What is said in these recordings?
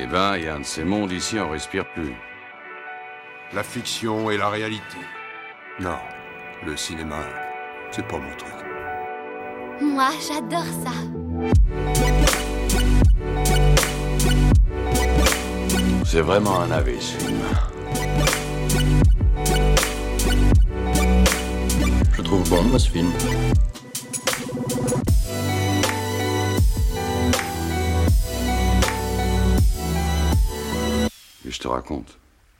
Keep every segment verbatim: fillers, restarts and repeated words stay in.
Eh ben, il y a un de ces mondes ici, on respire plus. La fiction et la réalité. Non, le cinéma, c'est pas mon truc. Moi, j'adore ça. C'est vraiment un navet, ce film. Je trouve bon, moi, ce film. Et je te raconte.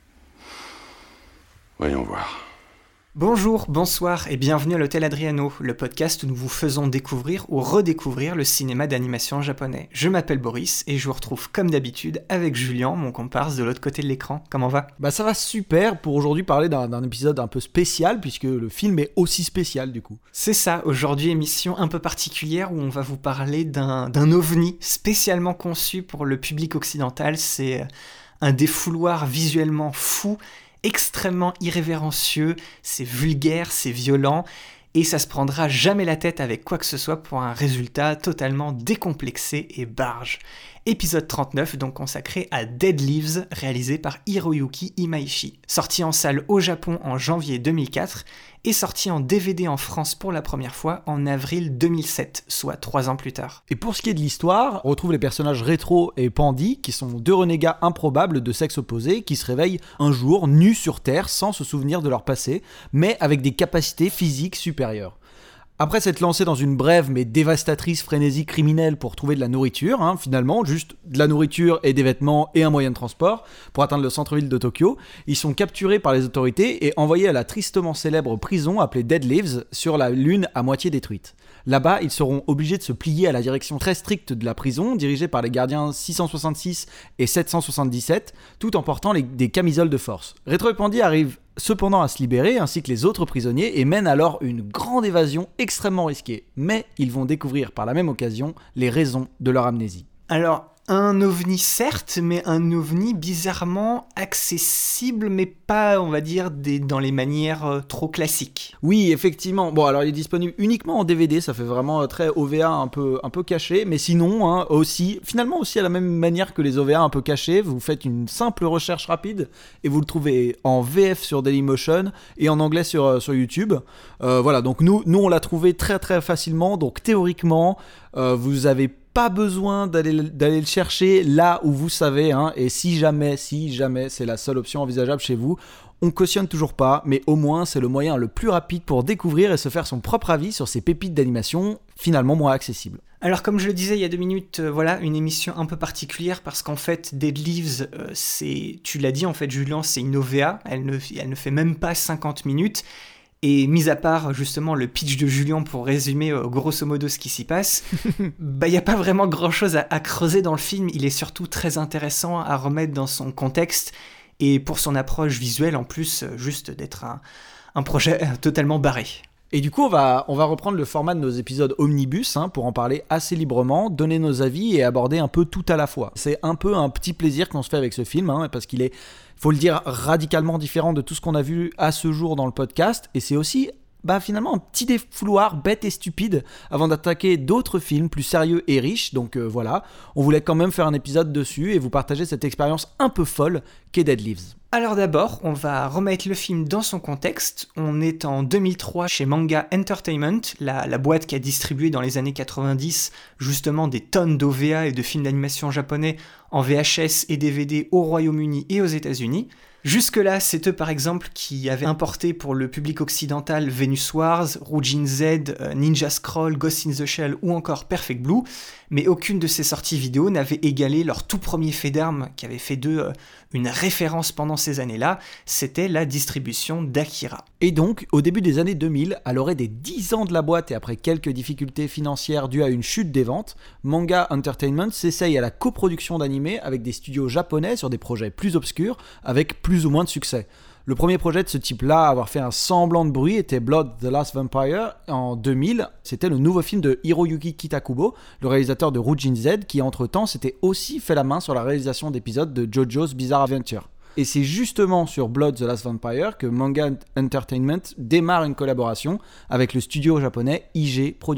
Voyons voir. Bonjour, bonsoir et bienvenue à l'Hôtel Adriano, le podcast où nous vous faisons découvrir ou redécouvrir le cinéma d'animation japonais. Je m'appelle Boris et je vous retrouve comme d'habitude avec Julien, mon comparse de l'autre côté de l'écran. Comment va ? Bah ça va super pour aujourd'hui parler d'un, d'un épisode un peu spécial puisque le film est aussi spécial du coup. C'est ça, aujourd'hui émission un peu particulière où on va vous parler d'un, d'un ovni spécialement conçu pour le public occidental. C'est un défouloir visuellement fou, extrêmement irrévérencieux, c'est vulgaire, c'est violent, et ça se prendra jamais la tête avec quoi que ce soit pour un résultat totalement décomplexé et barge. Épisode trente-neuf, donc consacré à Dead Leaves, réalisé par Hiroyuki Imaishi. Sorti en salle au Japon en janvier deux mille quatre, et sorti en D V D en France pour la première fois en avril deux mille sept, soit trois ans plus tard. Et pour ce qui est de l'histoire, on retrouve les personnages Rétro et Pandy, qui sont deux renégats improbables de sexe opposé, qui se réveillent un jour nus sur Terre sans se souvenir de leur passé, mais avec des capacités physiques supérieures. Après s'être lancé dans une brève mais dévastatrice frénésie criminelle pour trouver de la nourriture, hein, finalement, juste de la nourriture et des vêtements et un moyen de transport, pour atteindre le centre-ville de Tokyo, ils sont capturés par les autorités et envoyés à la tristement célèbre prison appelée Dead Leaves, sur la lune à moitié détruite. Là-bas, ils seront obligés de se plier à la direction très stricte de la prison, dirigée par les gardiens six cent soixante-six et sept cent soixante-dix-sept, tout en portant les, des camisoles de force. Rétro et Pandy arrivent cependant à se libérer, ainsi que les autres prisonniers, et mènent alors une grande évasion extrêmement risquée. Mais ils vont découvrir par la même occasion les raisons de leur amnésie. Alors, un ovni certes, mais un ovni bizarrement accessible, mais pas, on va dire, des, dans les manières euh, trop classiques. Oui, effectivement. Bon, alors il est disponible uniquement en D V D, ça fait vraiment euh, très O V A un peu, un peu caché, mais sinon, hein, aussi, finalement aussi à la même manière que les O V A un peu cachés, vous faites une simple recherche rapide et vous le trouvez en V F sur Dailymotion et en anglais sur, euh, sur YouTube. Euh, voilà, donc nous, nous on l'a trouvé très très facilement, donc théoriquement, euh, vous avez pas besoin d'aller, d'aller le chercher là où vous savez, hein, et si jamais, si jamais c'est la seule option envisageable chez vous, on cautionne toujours pas, mais au moins c'est le moyen le plus rapide pour découvrir et se faire son propre avis sur ces pépites d'animation finalement moins accessibles. Alors comme je le disais il y a deux minutes, euh, voilà, une émission un peu particulière parce qu'en fait Dead Leaves, euh, c'est, tu l'as dit en fait Julien, c'est une O V A, elle ne, elle ne fait même pas cinquante minutes. Et mis à part justement le pitch de Julien pour résumer euh, grosso modo ce qui s'y passe, bah il n'y a pas vraiment grand chose à, à creuser dans le film. Il est surtout très intéressant à remettre dans son contexte et pour son approche visuelle en plus, euh, juste d'être un, un projet euh, totalement barré. Et du coup, on va, on va reprendre le format de nos épisodes omnibus hein, pour en parler assez librement, donner nos avis et aborder un peu tout à la fois. C'est un peu un petit plaisir qu'on se fait avec ce film, hein, parce qu'il est, faut le dire, radicalement différent de tout ce qu'on a vu à ce jour dans le podcast, et c'est aussi bah, finalement un petit défouloir bête et stupide avant d'attaquer d'autres films plus sérieux et riches. Donc euh, voilà, on voulait quand même faire un épisode dessus et vous partager cette expérience un peu folle qu'est Dead Leaves. Alors d'abord, on va remettre le film dans son contexte. On est en deux mille trois chez Manga Entertainment, la, la boîte qui a distribué dans les années quatre-vingt-dix justement des tonnes d'O V A et de films d'animation japonais en V H S et D V D au Royaume-Uni et aux États-Unis. Jusque-là, c'est eux par exemple qui avaient importé pour le public occidental Venus Wars, Rujin Z, Ninja Scroll, Ghost in the Shell ou encore Perfect Blue, mais aucune de ces sorties vidéo n'avait égalé leur tout premier fait d'armes qui avait fait d'eux une référence pendant ces années-là, c'était la distribution d'Akira. Et donc, au début des années deux mille, à l'orée des dix ans de la boîte et après quelques difficultés financières dues à une chute des ventes, Manga Entertainment s'essaye à la coproduction d'animés avec des studios japonais sur des projets plus obscurs, avec plus ou moins de succès. Le premier projet de ce type-là à avoir fait un semblant de bruit était Blood the Last Vampire en deux mille. C'était le nouveau film de Hiroyuki Kitakubo, le réalisateur de Rujin Z, qui entre-temps s'était aussi fait la main sur la réalisation d'épisodes de JoJo's Bizarre Adventure. Et c'est justement sur Blood the Last Vampire que Manga Entertainment démarre une collaboration avec le studio japonais I G Productions.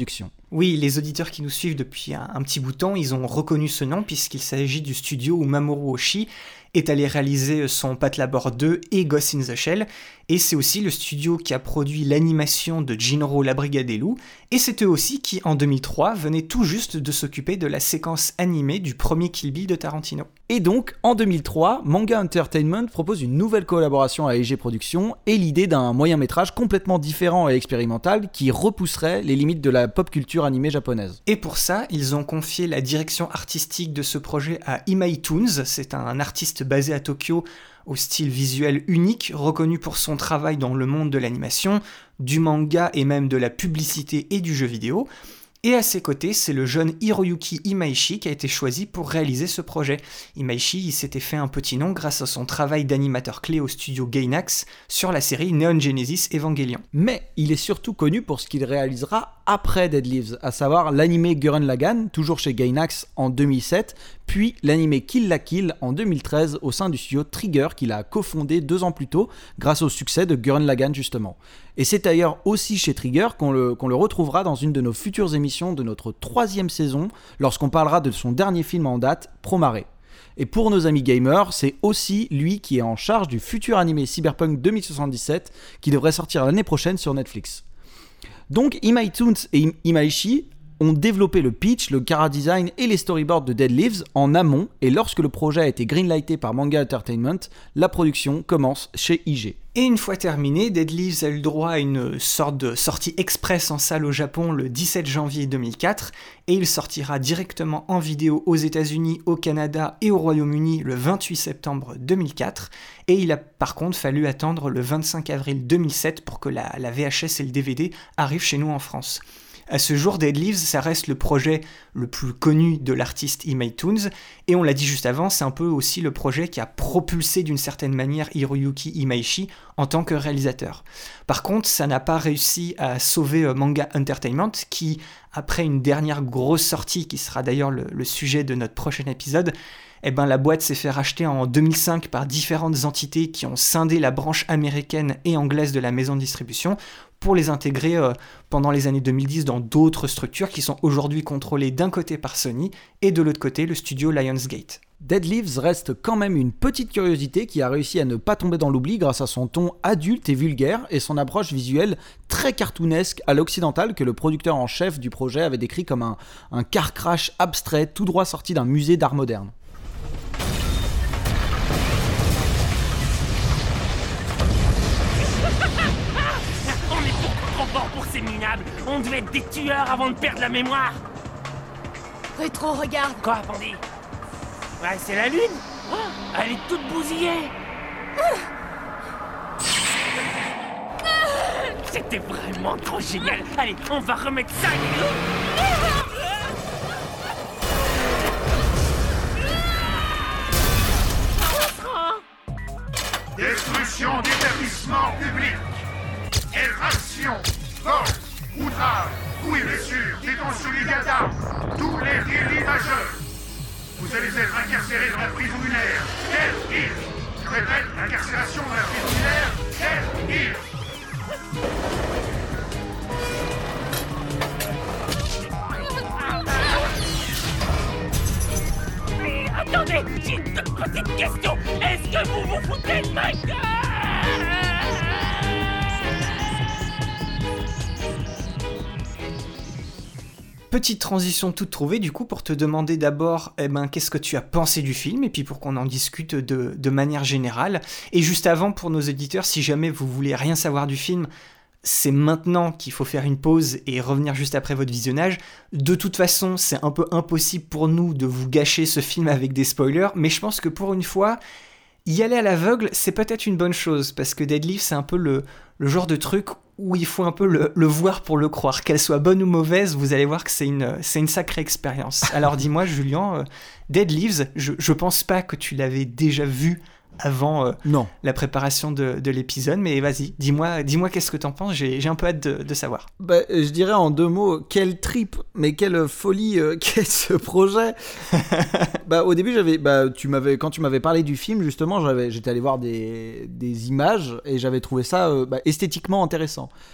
Oui, les auditeurs qui nous suivent depuis un, un petit bout de temps, ils ont reconnu ce nom puisqu'il s'agit du studio où Mamoru Oshii est allé réaliser son Pat Labor deux et Ghost in the Shell, et c'est aussi le studio qui a produit l'animation de Jinro la Brigade des Loups, et c'est eux aussi qui, en deux mille trois, venaient tout juste de s'occuper de la séquence animée du premier Kill Bill de Tarantino. Et donc, en deux mille trois, Manga Entertainment propose une nouvelle collaboration à E G Productions et l'idée d'un moyen-métrage complètement différent et expérimental qui repousserait les limites de la pop culture animée japonaise. Et pour ça, ils ont confié la direction artistique de ce projet à Imai Toons, c'est un artiste basé à Tokyo au style visuel unique, reconnu pour son travail dans le monde de l'animation, du manga et même de la publicité et du jeu vidéo. Et à ses côtés, c'est le jeune Hiroyuki Imaishi qui a été choisi pour réaliser ce projet. Imaishi, il s'était fait un petit nom grâce à son travail d'animateur clé au studio Gainax sur la série Neon Genesis Evangelion. Mais il est surtout connu pour ce qu'il réalisera après Dead Leaves, à savoir l'animé Gurren Lagann, toujours chez Gainax en deux mille sept, puis l'animé Kill la Kill en deux mille treize au sein du studio Trigger qu'il a cofondé deux ans plus tôt grâce au succès de Gurren Lagann justement. Et c'est d'ailleurs aussi chez Trigger qu'on le, qu'on le retrouvera dans une de nos futures émissions de notre troisième saison lorsqu'on parlera de son dernier film en date, Promare. Et pour nos amis gamers, c'est aussi lui qui est en charge du futur animé Cyberpunk deux mille soixante-dix-sept qui devrait sortir l'année prochaine sur Netflix. Donc Imai Toons et Imaishi ont développé le pitch, le chara-design et les storyboards de Dead Leaves en amont, et lorsque le projet a été greenlighté par Manga Entertainment, la production commence chez I G. Et une fois terminé, Dead Leaves a eu le droit à une sorte de sortie express en salle au Japon le dix-sept janvier deux mille quatre, et il sortira directement en vidéo aux États-Unis, au Canada et au Royaume-Uni le vingt-huit septembre deux mille quatre, et il a par contre fallu attendre le vingt-cinq avril deux mille sept pour que la, la V H S et le D V D arrivent chez nous en France. À ce jour, Dead Leaves, ça reste le projet le plus connu de l'artiste Imai Toons, et on l'a dit juste avant, c'est un peu aussi le projet qui a propulsé d'une certaine manière Hiroyuki Imaishi en tant que réalisateur. Par contre, ça n'a pas réussi à sauver Manga Entertainment, qui, après une dernière grosse sortie, qui sera d'ailleurs le, le sujet de notre prochain épisode, eh ben, la boîte s'est fait racheter en deux mille cinq par différentes entités qui ont scindé la branche américaine et anglaise de la maison de distribution pour les intégrer euh, pendant les années deux mille dix dans d'autres structures qui sont aujourd'hui contrôlées d'un côté par Sony et de l'autre côté le studio Lionsgate. Dead Leaves reste quand même une petite curiosité qui a réussi à ne pas tomber dans l'oubli grâce à son ton adulte et vulgaire et son approche visuelle très cartoonesque à l'occidental que le producteur en chef du projet avait décrit comme un, un car crash abstrait tout droit sorti d'un musée d'art moderne. On devait être des tueurs avant de perdre la mémoire. Rétro, regarde. Quoi, Pandy? Ouais, c'est la lune. Oh, elle est toute bousillée. C'était vraiment trop génial. Allez, on va remettre ça. Destruction d'établissements publics. Effraction. Vol, outrage, coups et blessures, détention illégale d'armes, tous les délits majeurs. Vous allez être incarcérés dans la prison lunaire. Quelle île? Je répète, l'incarcération dans la prison lunaire. Quelle île? Mais attendez, j'ai une toute petite question. Est-ce que vous vous foutez de ma gueule? Petite transition toute trouvée du coup pour te demander d'abord eh ben, qu'est-ce que tu as pensé du film et puis pour qu'on en discute de, de manière générale. Et juste avant pour nos auditeurs, si jamais vous voulez rien savoir du film, c'est maintenant qu'il faut faire une pause et revenir juste après votre visionnage. De toute façon, c'est un peu impossible pour nous de vous gâcher ce film avec des spoilers, mais je pense que pour une fois, y aller à l'aveugle, c'est peut-être une bonne chose parce que Dead Leaves, c'est un peu le, le genre de truc où il faut un peu le, le voir pour le croire. Qu'elle soit bonne ou mauvaise, vous allez voir que c'est une, c'est une sacrée expérience. Alors dis-moi, Julien, euh, Dead Leaves, je, je pense pas que tu l'avais déjà vu avant euh, non. la préparation de, de l'épisode, mais vas-y, dis-moi, dis-moi qu'est-ce que t'en penses, j'ai, j'ai un peu hâte de, de savoir. Bah, je dirais en deux mots, quelle trip, mais quelle folie euh, qu'est ce projet. Bah, au début, j'avais, bah, tu m'avais, quand tu m'avais parlé du film, justement, j'avais, j'étais allé voir des, des images et j'avais trouvé ça euh, bah, esthétiquement intéressant.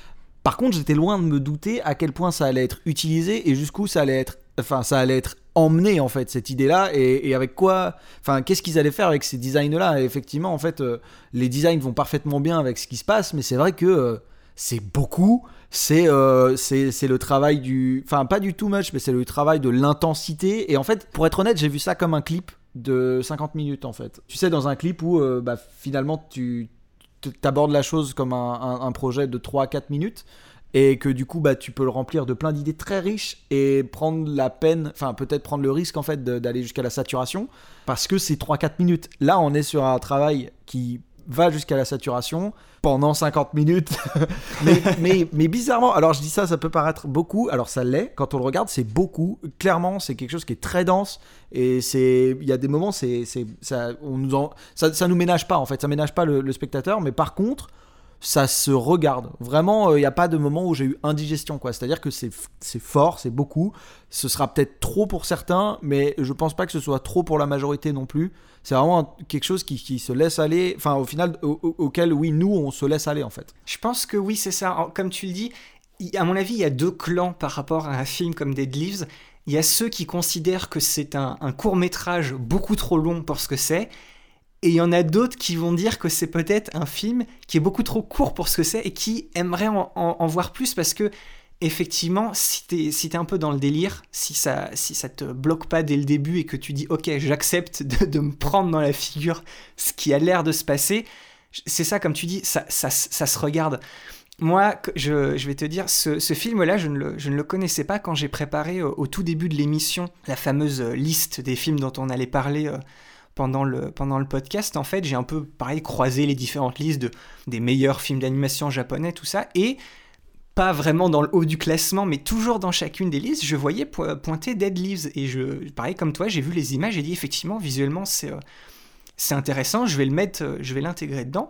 Par contre, j'étais loin de me douter à quel point ça allait être utilisé et jusqu'où ça allait être, enfin, ça allait être emmené en fait cette idée-là et, et avec quoi, enfin, qu'est-ce qu'ils allaient faire avec ces designs-là. Et effectivement, en fait, euh, les designs vont parfaitement bien avec ce qui se passe, mais c'est vrai que euh, c'est beaucoup. C'est, euh, c'est, c'est le travail du, enfin, pas du too much, mais c'est le travail de l'intensité. Et en fait, pour être honnête, j'ai vu ça comme un clip de cinquante minutes en fait. Tu sais, dans un clip où euh, bah, finalement tu t'abordes la chose comme un, un, un projet de trois à quatre minutes et que du coup bah, tu peux le remplir de plein d'idées très riches et prendre la peine, enfin peut-être prendre le risque en fait de, d'aller jusqu'à la saturation parce que c'est trois à quatre minutes. Là on est sur un travail qui va jusqu'à la saturation pendant cinquante minutes mais, mais, mais bizarrement, alors je dis ça, ça peut paraître beaucoup, alors ça l'est, quand on le regarde c'est beaucoup, clairement c'est quelque chose qui est très dense et c'est, il y a des moments c'est, c'est, ça, on nous en, ça, ça nous ménage pas en fait, ça ménage pas le, le spectateur, mais par contre ça se regarde. Vraiment, il euh, n'y a pas de moment où j'ai eu indigestion, quoi. C'est-à-dire que c'est, c'est fort, c'est beaucoup. Ce sera peut-être trop pour certains, mais je pense pas que ce soit trop pour la majorité non plus. C'est vraiment un, quelque chose qui, qui se laisse aller, enfin, au final, au, au, auquel, oui, nous, on se laisse aller, en fait. Je pense que oui, c'est ça. Comme tu le dis, à mon avis, il y a deux clans par rapport à un film comme Dead Leaves. Il y a ceux qui considèrent que c'est un, un court-métrage beaucoup trop long pour ce que c'est. Et il y en a d'autres qui vont dire que c'est peut-être un film qui est beaucoup trop court pour ce que c'est et qui aimeraient en, en, en voir plus parce que, effectivement, si t'es, si t'es un peu dans le délire, si ça, si ça te bloque pas dès le début et que tu dis « Ok, j'accepte de, de me prendre dans la figure ce qui a l'air de se passer », c'est ça, comme tu dis, ça, ça, ça se regarde. Moi, je, je vais te dire, ce, ce film-là, je ne, le, je ne le connaissais pas quand j'ai préparé au, au tout début de l'émission la fameuse liste des films dont on allait parler euh, Pendant le, pendant le podcast. En fait, j'ai un peu, pareil, croisé les différentes listes de, des meilleurs films d'animation japonais, tout ça, et pas vraiment dans le haut du classement, mais toujours dans chacune des listes, je voyais po- pointer Dead Leaves, et je, pareil comme toi, j'ai vu les images et dit, effectivement, visuellement, c'est, euh, c'est intéressant, je vais le mettre, euh, je vais l'intégrer dedans.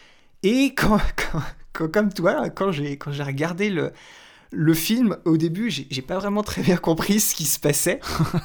Et quand, quand, quand, comme toi, quand j'ai, quand j'ai regardé le, le film, au début, j'ai, j'ai pas vraiment très bien compris ce qui se passait,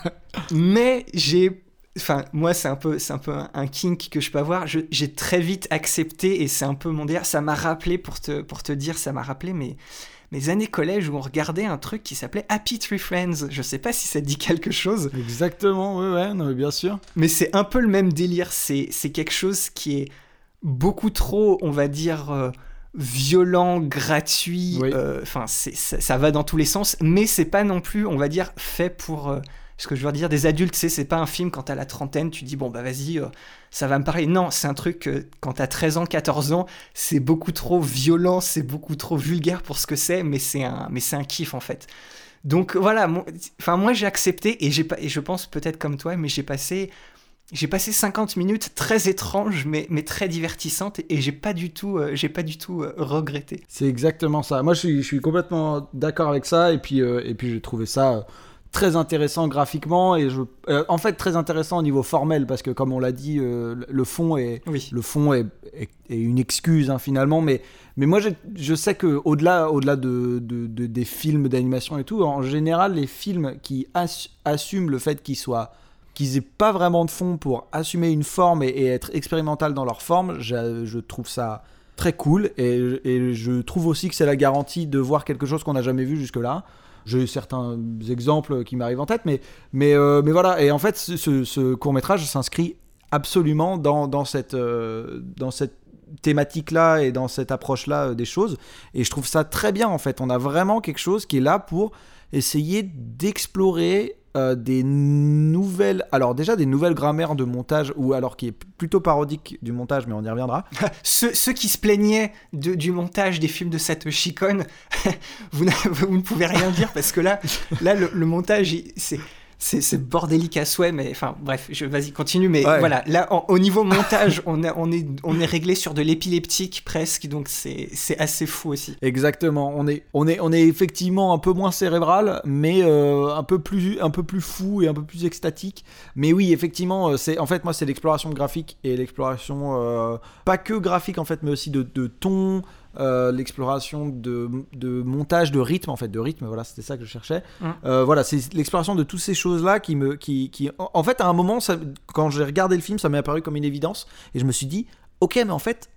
mais j'ai Enfin, moi, c'est un peu, c'est un peu un, un kink que je peux avoir. Je, j'ai très vite accepté, et c'est un peu mon délire. Ça m'a rappelé, pour te, pour te dire, ça m'a rappelé mes, mes années collège où on regardait un truc qui s'appelait Happy Tree Friends. Je sais pas si ça te dit quelque chose. Exactement, ouais, ouais, non, mais bien sûr. Mais c'est un peu le même délire. C'est, c'est quelque chose qui est beaucoup trop, on va dire, euh, violent, gratuit. Enfin, oui. euh, ça, ça va dans tous les sens, mais c'est pas non plus, on va dire, fait pour... Euh, ce que je veux dire, des adultes, tu sais, c'est pas un film quand t'as la trentaine, tu dis, bon, bah vas-y, euh, ça va me parler. Non, c'est un truc, euh, quand t'as treize ans, quatorze ans, c'est beaucoup trop violent, c'est beaucoup trop vulgaire pour ce que c'est, mais c'est un, mais c'est un kiff, en fait. Donc, voilà, mon, moi, j'ai accepté, et, j'ai, et je pense peut-être comme toi, mais j'ai passé, j'ai passé cinquante minutes très étranges, mais, mais très divertissantes, et, et j'ai pas du tout, euh, j'ai pas du tout euh, regretté. C'est exactement ça. Moi, je suis, je suis complètement d'accord avec ça, et puis, euh, et puis j'ai trouvé ça... Euh... très intéressant graphiquement et je, euh, en fait très intéressant au niveau formel parce que comme on l'a dit euh, le fond est oui. le fond est, est, est une excuse hein, finalement mais mais moi je, je sais que au-delà au-delà de, de, de des films d'animation et tout en général les films qui ass, assument le fait qu'ils soient qu'ils aient pas vraiment de fond pour assumer une forme et, et être expérimental dans leur forme, je, je trouve ça très cool et, et je trouve aussi que c'est la garantie de voir quelque chose qu'on n'a jamais vu jusque-là. J'ai certains exemples qui m'arrivent en tête, mais, mais, euh, mais voilà. Et en fait, ce, ce, ce court-métrage s'inscrit absolument dans, dans, cette, euh, dans cette thématique-là et dans cette approche-là euh, des choses. Et je trouve ça très bien, en fait. On a vraiment quelque chose qui est là pour essayer d'explorer euh, des nouvelles... Alors déjà, des nouvelles grammaires de montage, ou alors qui est plutôt parodique du montage, mais on y reviendra. ceux, ceux qui se plaignaient de, du montage des films de Satoshi Kon, vous, vous ne pouvez rien dire, parce que là, là le, le montage, c'est... C'est, c'est bordélique à souhait, mais enfin bref, je, vas-y continue, mais ouais. Voilà, là en, au niveau montage, on, a, on, est, on est réglé sur de l'épileptique presque, donc c'est, c'est assez fou aussi. Exactement, on est, on est, on est effectivement un peu moins cérébral, mais euh, un, peu plus, un peu plus fou et un peu plus extatique. Mais oui, effectivement, c'est, en fait, moi c'est l'exploration graphique et l'exploration, euh, pas que graphique en fait, mais aussi de, de ton... Euh, l'exploration de, de montage, de rythme en fait, de rythme, voilà, c'était ça que je cherchais. Mmh. Euh, voilà, c'est l'exploration de toutes ces choses-là qui me, qui, qui, en, en fait, à un moment, ça, quand j'ai regardé le film, ça m'est apparu comme une évidence, et je me suis dit, ok, mais en fait,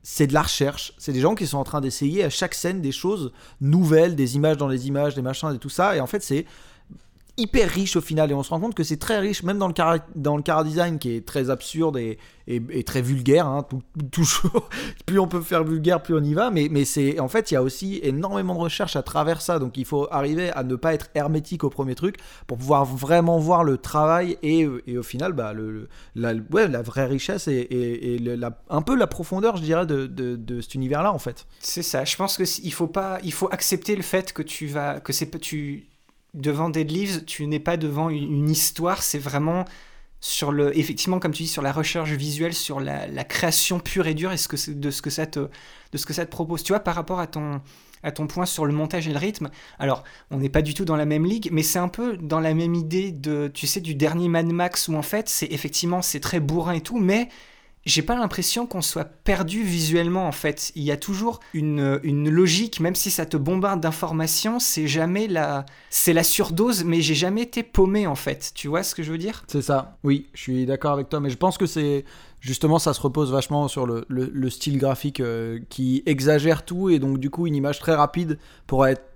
c'est de la recherche, c'est des gens qui sont en train d'essayer à chaque scène des choses nouvelles, des images dans les images, des machins et tout ça, et en fait c'est hyper riche au final, et on se rend compte que c'est très riche, même dans le cara, dans le cara design qui est très absurde et, et, et très vulgaire, hein, tout, toujours, plus on peut faire vulgaire, plus on y va, mais, mais c'est, en fait il y a aussi énormément de recherche à travers ça, donc il faut arriver à ne pas être hermétique au premier truc, pour pouvoir vraiment voir le travail, et, et au final, bah, le, la, ouais, la vraie richesse, et, et, et le, la, un peu la profondeur, je dirais, de, de, de cet univers-là, en fait. C'est ça, je pense qu'il faut pas, il faut accepter le fait que tu vas, que c'est, tu... devant Dead Leaves, tu n'es pas devant une histoire, c'est vraiment sur le, effectivement, comme tu dis, sur la recherche visuelle, sur la, la création pure et dure, et ce que c'est, de, ce que ça te, de ce que ça te propose. Tu vois, par rapport à ton, à ton point sur le montage et le rythme, alors, on n'est pas du tout dans la même ligue, mais c'est un peu dans la même idée de, tu sais, du dernier Mad Max, où en fait, c'est effectivement, c'est très bourrin et tout, mais j'ai pas l'impression qu'on soit perdu visuellement, en fait. Il y a toujours une, une logique, même si ça te bombarde d'informations, c'est jamais la... C'est la surdose, mais j'ai jamais été paumé, en fait. Tu vois ce que je veux dire ? C'est ça, oui, je suis d'accord avec toi, mais je pense que c'est... Justement, ça se repose vachement sur le, le, le style graphique euh, qui exagère tout, et donc du coup, une image très rapide pourrait être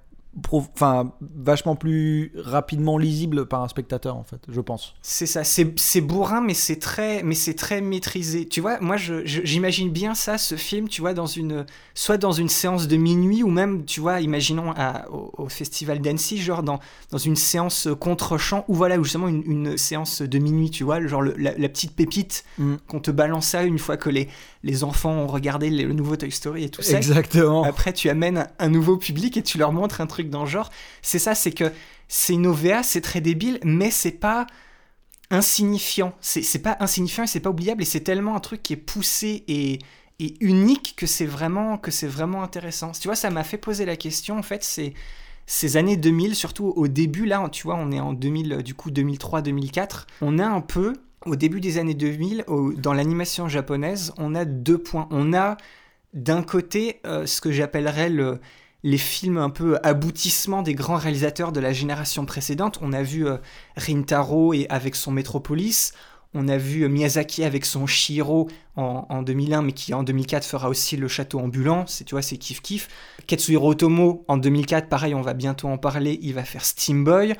enfin vachement plus rapidement lisible par un spectateur, en fait, je pense. C'est ça, c'est, c'est bourrin, mais c'est très mais c'est très maîtrisé. Tu vois, moi je, je j'imagine bien ça, ce film, tu vois, dans une soit dans une séance de minuit, ou même, tu vois, imaginons à, au, au festival d'Annecy, genre dans dans une séance contre-champ, ou voilà, ou justement une, une séance de minuit, tu vois, genre le, la, la petite pépite mm. qu'on te balance ça une fois que les les enfants ont regardé les, le nouveau Toy Story et tout ça. Exactement. Après, tu amènes un, un nouveau public et tu leur montres un truc dans le genre. C'est ça, c'est que c'est une O V A, c'est très débile, mais c'est pas insignifiant. C'est, c'est pas insignifiant et c'est pas oubliable, et c'est tellement un truc qui est poussé et, et unique que c'est vraiment, que c'est vraiment intéressant. Tu vois, ça m'a fait poser la question, en fait, c'est ces années deux mille, surtout au début, là, tu vois, on est en deux mille, du coup deux mille trois deux mille quatre, on a un peu, au début des années deux mille, au, dans l'animation japonaise, on a deux points. On a d'un côté euh, ce que j'appellerais le, les films un peu aboutissement des grands réalisateurs de la génération précédente. On a vu euh, Rintaro et avec son Metropolis, on a vu euh, Miyazaki avec son Chihiro en, en deux mille un, mais qui en deux mille quatre fera aussi Le Château Ambulant, c'est, tu vois, c'est kiff kiff. Katsuhiro Otomo en deux mille quatre, pareil, on va bientôt en parler, il va faire Steam Boy,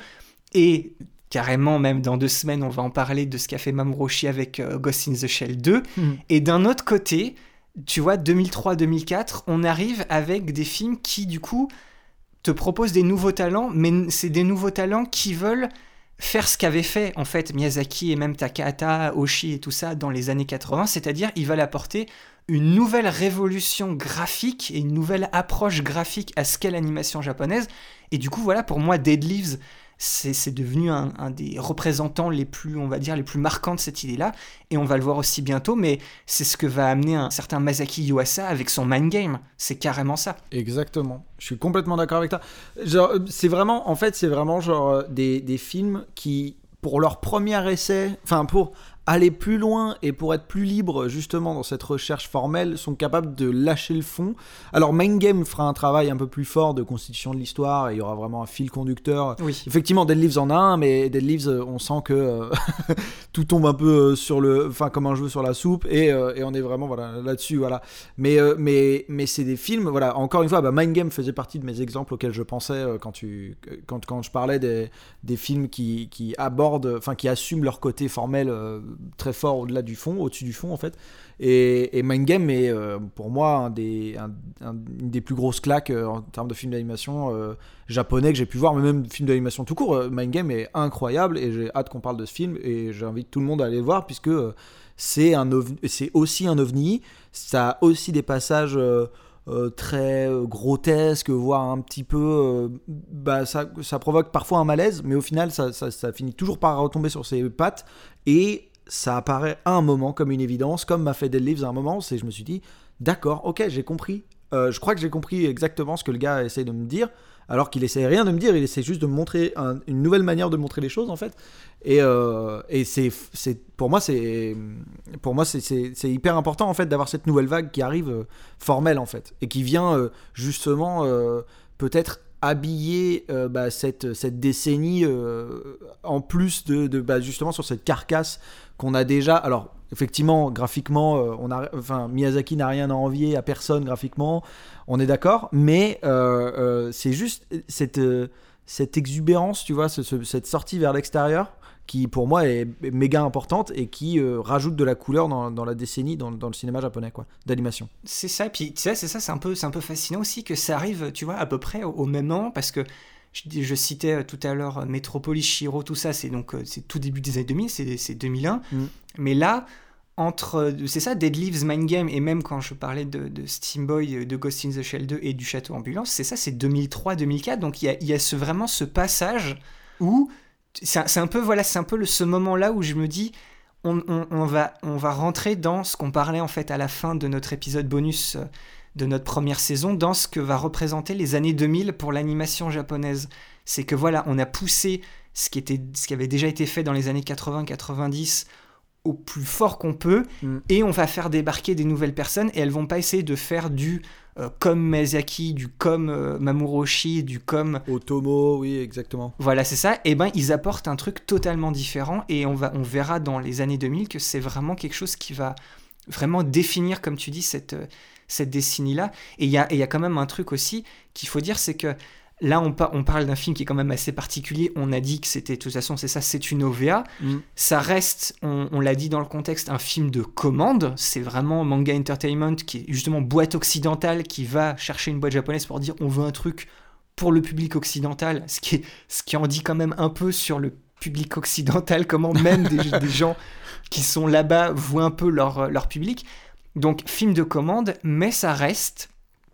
et carrément, même dans deux semaines, on va en parler de ce qu'a fait Mamoru Oshii avec euh, Ghost in the Shell deux. Mmh. Et d'un autre côté, tu vois, deux mille trois deux mille quatre, on arrive avec des films qui, du coup, te proposent des nouveaux talents, mais c'est des nouveaux talents qui veulent faire ce qu'avaient fait, en fait, Miyazaki et même Takahata, Oshii et tout ça dans les années quatre-vingts, c'est-à-dire ils veulent apporter une nouvelle révolution graphique et une nouvelle approche graphique à ce qu'est l'animation japonaise. Et du coup, voilà, pour moi, Dead Leaves, C'est, c'est devenu un, un des représentants les plus, on va dire, les plus marquants de cette idée-là, et on va le voir aussi bientôt, mais c'est ce que va amener un certain Masaki Yuasa avec son Mind Game, c'est carrément ça. Exactement, je suis complètement d'accord avec toi. Genre, c'est vraiment, en fait, c'est vraiment genre des, des films qui, pour leur premier essai, enfin pour aller plus loin et pour être plus libre justement dans cette recherche formelle, sont capables de lâcher le fond. Alors Mind Game fera un travail un peu plus fort de constitution de l'histoire, et il y aura vraiment un fil conducteur. Oui. Effectivement, Dead Leaves en a un, mais Dead Leaves, on sent que euh, tout tombe un peu sur le, enfin comme un cheveu sur la soupe, et, euh, et on est vraiment voilà là-dessus, voilà. Mais euh, mais mais c'est des films, voilà. Encore une fois, bah, Mind Game faisait partie de mes exemples auxquels je pensais euh, quand tu quand quand je parlais des des films qui qui abordent, enfin qui assument leur côté formel euh, très fort au-delà du fond, au-dessus du fond en fait. Et, et Mind Game est euh, pour moi un des, un, un, une des plus grosses claques euh, en termes de films d'animation euh, japonais que j'ai pu voir, mais même film d'animation tout court. euh, Mind Game est incroyable, et j'ai hâte qu'on parle de ce film, et j'invite tout le monde à aller le voir, puisque euh, c'est, un ovni, c'est aussi un ovni, ça a aussi des passages euh, Euh, très euh, grotesque, voire un petit peu euh, bah, ça, ça provoque parfois un malaise, mais au final ça, ça, ça finit toujours par retomber sur ses pattes, et ça apparaît à un moment comme une évidence, comme m'a fait Dead Leaves à un moment. C'est, je me suis dit d'accord, ok, j'ai compris, euh, je crois que j'ai compris exactement ce que le gars essaye de me dire, alors qu'il essaie rien de me dire, il essaie juste de me montrer un, une nouvelle manière de montrer les choses en fait. Et, euh, et c'est, c'est, pour moi, c'est, pour moi c'est, c'est, c'est hyper important en fait d'avoir cette nouvelle vague qui arrive euh, formelle en fait, et qui vient euh, justement euh, peut-être habiller euh, bah, cette, cette décennie euh, en plus de, de bah, justement sur cette carcasse qu'on a déjà. Alors effectivement, graphiquement, euh, on a, enfin, Miyazaki n'a rien à envier à personne graphiquement, on est d'accord, mais euh, euh, c'est juste cette, euh, cette exubérance, tu vois, ce, ce, cette sortie vers l'extérieur qui pour moi est méga importante et qui euh, rajoute de la couleur dans, dans la décennie, dans, dans le cinéma japonais, quoi, d'animation. C'est ça, puis tu sais, c'est ça, c'est un peu, c'est un peu fascinant aussi que ça arrive, tu vois, à peu près au, au même moment, parce que je, je citais tout à l'heure Metropolis, Chihiro, tout ça, c'est donc c'est tout début des années deux mille, c'est, c'est deux mille un, mm. mais là, entre, c'est ça, Dead Leaves, Mind Game, et même quand je parlais de, de Steam Boy, de Ghost in the Shell deux et du Château Ambulance, c'est ça, c'est deux mille trois deux mille quatre, donc il y a, il y a ce, vraiment ce passage où C'est, c'est un peu voilà, c'est un peu le, ce moment-là où je me dis, on, on, on, va, on va rentrer dans ce qu'on parlait en fait à la fin de notre épisode bonus euh, de notre première saison, dans ce que va représenter les années deux mille pour l'animation japonaise. C'est que voilà, on a poussé ce qui, était, ce qui avait déjà été fait dans les années quatre-vingts quatre-vingt-dix au plus fort qu'on peut, mm. et on va faire débarquer des nouvelles personnes, et elles vont pas essayer de faire du euh, comme Miyazaki, du comme euh, Mamoru Oshii, du comme Otomo, oui, exactement. Voilà, c'est ça. Et ben ils apportent un truc totalement différent, et on va, on verra dans les années deux mille que c'est vraiment quelque chose qui va vraiment définir, comme tu dis, cette cette décennie-là. Et il y a, et il y a quand même un truc aussi qu'il faut dire, c'est que là, on, par, on parle d'un film qui est quand même assez particulier. On a dit que c'était, de toute façon, c'est ça, c'est une O V A. Mm. Ça reste, on, on l'a dit dans le contexte, un film de commande. C'est vraiment Manga Entertainment, qui est justement boîte occidentale, qui va chercher une boîte japonaise pour dire on veut un truc pour le public occidental. Ce qui, est, ce qui en dit quand même un peu sur le public occidental, comment même des, des gens qui sont là-bas voient un peu leur, leur public. Donc, film de commande, mais ça reste...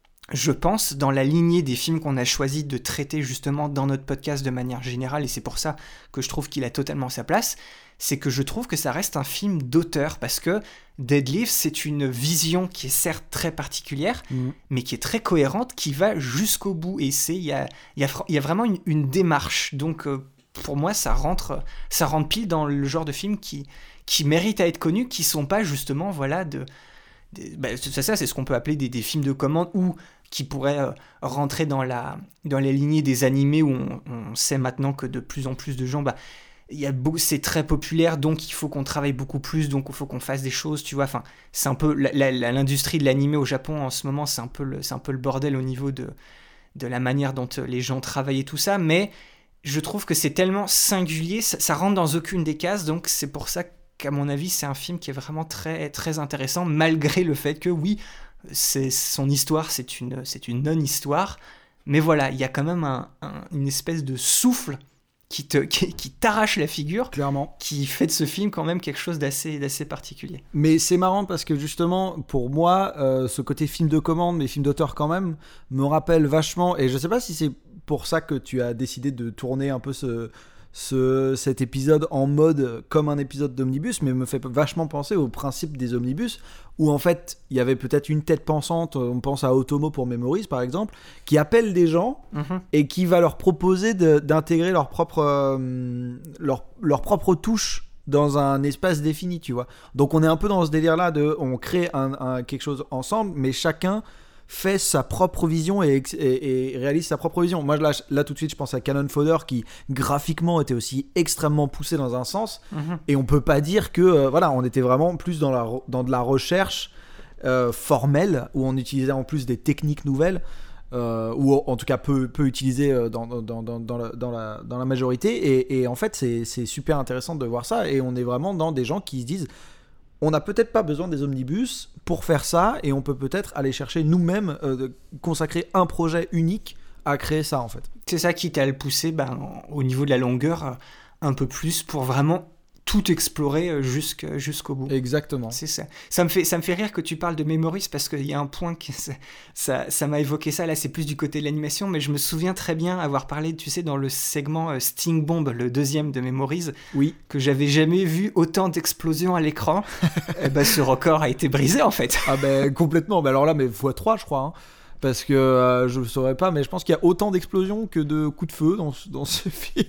je pense, dans la lignée des films qu'on a choisi de traiter justement dans notre podcast de manière générale, et c'est pour ça que je trouve qu'il a totalement sa place, c'est que je trouve que ça reste un film d'auteur, parce que Dead Leaves, c'est une vision qui est certes très particulière, mmh. mais qui est très cohérente, qui va jusqu'au bout, et c'est, il y a, y, a, y a vraiment une, une démarche, donc euh, pour moi ça rentre, ça rentre pile dans le genre de film qui, qui mérite à être connu, qui sont pas justement, voilà, de... de bah, c'est ça, c'est ce qu'on peut appeler des, des films de commande, ou qui pourraient euh, rentrer dans la, dans la lignée des animés où on, on sait maintenant que de plus en plus de gens, bah, y a beau, c'est très populaire, donc il faut qu'on travaille beaucoup plus, donc il faut qu'on fasse des choses, tu vois. Enfin, c'est un peu la, la, la, l'industrie de l'animé au Japon en ce moment, c'est un peu le, c'est un peu le bordel au niveau de, de la manière dont les gens travaillent et tout ça, mais je trouve que c'est tellement singulier, ça, ça rentre dans aucune des cases, donc c'est pour ça qu'à mon avis, c'est un film qui est vraiment très, très intéressant, malgré le fait que, oui, c'est, son histoire, c'est une, c'est une non-histoire, mais voilà, il y a quand même un, un, une espèce de souffle qui, te, qui, qui t'arrache la figure, clairement, qui fait de ce film quand même quelque chose d'assez, d'assez particulier. Mais c'est marrant parce que justement, pour moi, euh, ce côté film de commande, mais film d'auteur quand même, me rappelle vachement, et je sais pas si c'est pour ça que tu as décidé de tourner un peu ce... Ce, cet épisode en mode comme un épisode d'omnibus, mais me fait vachement penser au principe des omnibus, où en fait il y avait peut-être une tête pensante, on pense à Otomo pour Memories par exemple, qui appelle des gens mm-hmm. et qui va leur proposer de, d'intégrer leur propre, euh, leur, leur propre touche dans un espace défini, tu vois. Donc on est un peu dans ce délire là de on crée un, un, quelque chose ensemble, mais chacun fait sa propre vision et, et, et réalise sa propre vision. Moi, là, là, tout de suite, je pense à Cannon Fodder qui, graphiquement, était aussi extrêmement poussé dans un sens. Mm-hmm. Et on peut pas dire que, euh, voilà, on était vraiment plus dans, la, dans de la recherche euh, formelle, où on utilisait en plus des techniques nouvelles, euh, ou en tout cas peu, peu utilisées dans, dans, dans, dans, la, dans, la, dans la majorité. Et, et en fait, c'est, c'est super intéressant de voir ça. Et on est vraiment dans des gens qui se disent... on n'a peut-être pas besoin des omnibus pour faire ça, et on peut peut-être aller chercher nous-mêmes, euh, consacrer un projet unique à créer ça, en fait. C'est ça qui t'a le poussé, ben, au niveau de la longueur, un peu plus, pour vraiment tout explorer jusqu', jusqu'au bout. Exactement. C'est ça. Ça me fait, ça me fait rire que tu parles de Memories, parce qu'il y a un point qui ça, ça, ça m'a évoqué ça. Là, c'est plus du côté de l'animation, mais je me souviens très bien avoir parlé, tu sais, dans le segment euh, Sting Bomb, le deuxième de Memories, oui, que j'avais jamais vu autant d'explosions à l'écran. Et ben, ce record a été brisé, en fait. Ah ben complètement. Ben alors là, mais fois trois, je crois. Hein. Parce que euh, je ne saurais pas, mais je pense qu'il y a autant d'explosions que de coups de feu dans, dans ce film.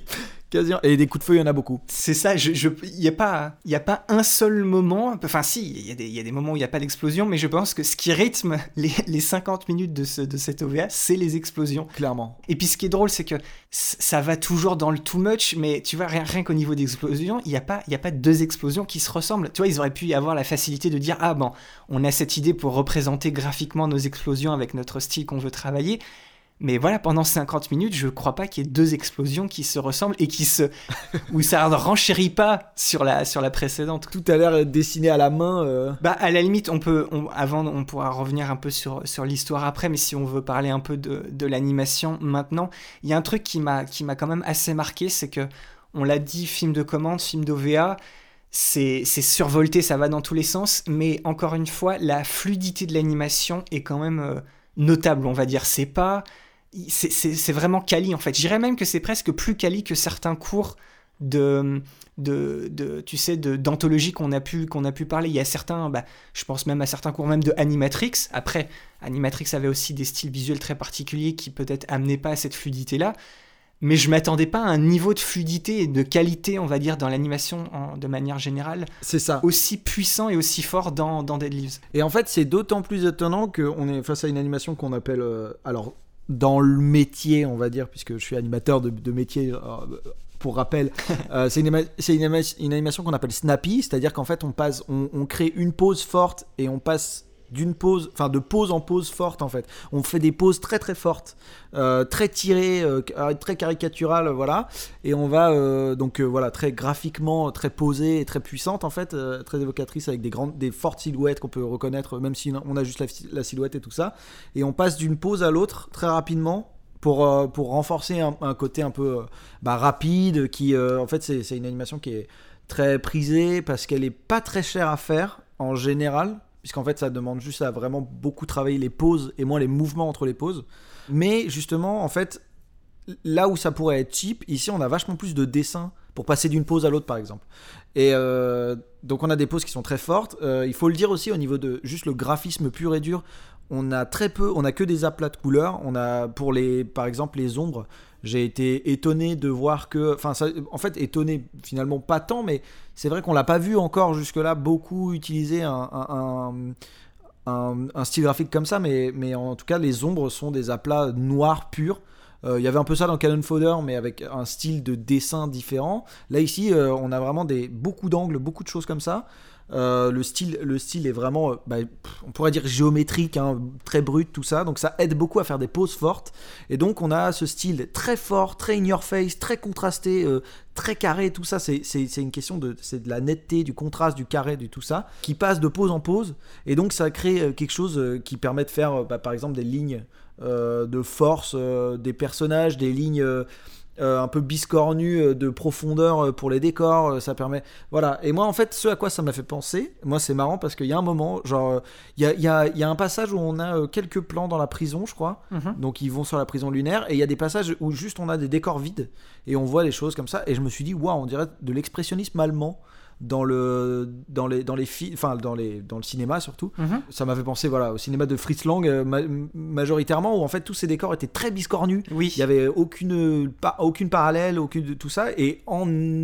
Quasiment. Et des coups de feu, il y en a beaucoup. C'est ça, il je, n'y a, a pas un seul moment, enfin si, il y, y a des moments où il n'y a pas d'explosion, mais je pense que ce qui rythme les, les cinquante minutes de, ce, de cette O V A, c'est les explosions. Clairement. Et puis ce qui est drôle, c'est que ça va toujours dans le too much, mais tu vois, rien, rien qu'au niveau d'explosion, il n'y a, a pas deux explosions qui se ressemblent. Tu vois, ils auraient pu avoir la facilité de dire, ah bon, on a cette idée pour représenter graphiquement nos explosions avec notre style qu'on veut travailler. Mais voilà, pendant cinquante minutes, je crois pas qu'il y ait deux explosions qui se ressemblent et qui se... où ça ne renchérit pas sur la, sur la précédente. Tout a l'air dessiné à la main. Euh... Bah, à la limite, on peut... On, avant, on pourra revenir un peu sur, sur l'histoire après, mais si on veut parler un peu de, de l'animation maintenant, il y a un truc qui m'a, qui m'a quand même assez marqué, c'est que, on l'a dit, film de commande, film d'O V A, c'est, c'est survolté, ça va dans tous les sens, mais encore une fois, la fluidité de l'animation est quand même euh, notable, on va dire. C'est pas... C'est, c'est, c'est vraiment quali en fait. Je dirais même que c'est presque plus quali que certains cours de, de, de tu sais, de, d'anthologie qu'on a pu, qu'on a pu parler. Il y a certains, bah, je pense même à certains cours même de Animatrix. Après, Animatrix avait aussi des styles visuels très particuliers qui peut-être amenaient pas à cette fluidité-là. Mais je m'attendais pas à un niveau de fluidité et de qualité, on va dire, dans l'animation en, de manière générale. C'est ça. Aussi puissant et aussi fort dans, dans Dead Leaves. Et en fait, c'est d'autant plus étonnant qu'on est face à une animation qu'on appelle... Euh, alors... dans le métier, on va dire, puisque je suis animateur de, de métier, euh, pour rappel, euh, c'est, une, c'est une, une animation qu'on appelle snappy, c'est-à-dire qu'en fait, on, passe, on, on crée une pause forte et on passe d'une pause, enfin de pause en pause forte en fait. On fait des pauses très très fortes, euh, très tirées, euh, très caricaturales, voilà. Et on va euh, donc euh, voilà très graphiquement très posée et très puissante en fait, euh, très évocatrice avec des grandes, des fortes silhouettes qu'on peut reconnaître même si on a juste la, la silhouette et tout ça. Et on passe d'une pause à l'autre très rapidement. Pour, euh, pour renforcer un, un côté un peu euh, bah, rapide, qui euh, en fait c'est, c'est une animation qui est très prisée parce qu'elle est pas très chère à faire en général, puisqu'en fait ça demande juste à vraiment beaucoup travailler les pauses et moins les mouvements entre les pauses. Mais justement, en fait, là où ça pourrait être cheap, ici on a vachement plus de dessins pour passer d'une pause à l'autre par exemple. Et euh, donc on a des pauses qui sont très fortes. Euh, il faut le dire aussi au niveau de juste le graphisme pur et dur, on a très peu, on a que des aplats de couleurs. On a pour les, par exemple les ombres, j'ai été étonné de voir que, enfin ça, en fait étonné finalement pas tant, mais c'est vrai qu'on l'a pas vu encore jusque-là beaucoup utiliser un, un, un, un style graphique comme ça, mais, mais en tout cas les ombres sont des aplats noirs purs. Il euh, y avait un peu ça dans Cannon Fodder, mais avec un style de dessin différent. Là ici, euh, on a vraiment des, beaucoup d'angles, beaucoup de choses comme ça. Euh, le, style, le style est vraiment, bah, on pourrait dire géométrique, hein, très brut, tout ça. Donc ça aide beaucoup à faire des poses fortes. Et donc on a ce style très fort, très in your face, très contrasté, euh, très carré. Tout ça, c'est, c'est, c'est une question de, c'est de la netteté, du contraste, du carré, du tout ça, qui passe de pose en pose. Et donc ça crée quelque chose qui permet de faire, bah, par exemple, des lignes euh, de force euh, des personnages, des lignes... Euh, Euh, un peu biscornu euh, de profondeur euh, pour les décors, euh, ça permet, voilà. Et moi en fait ce à quoi ça m'a fait penser, moi c'est marrant parce qu'il y a un moment genre il euh, y, a, y, a, y a un passage où on a euh, quelques plans dans la prison je crois, mm-hmm. Donc ils vont sur la prison lunaire et il y a des passages où juste on a des décors vides et on voit les choses comme ça et je me suis dit waouh, on dirait de l'expressionnisme allemand dans le dans les dans les films, enfin dans les dans le cinéma surtout. Mm-hmm. Ça m'avait pensé voilà au cinéma de Fritz Lang euh, ma- majoritairement où en fait tous ces décors étaient très biscornus. Oui. Il y avait aucune pas aucune parallèle, aucune de tout ça et en,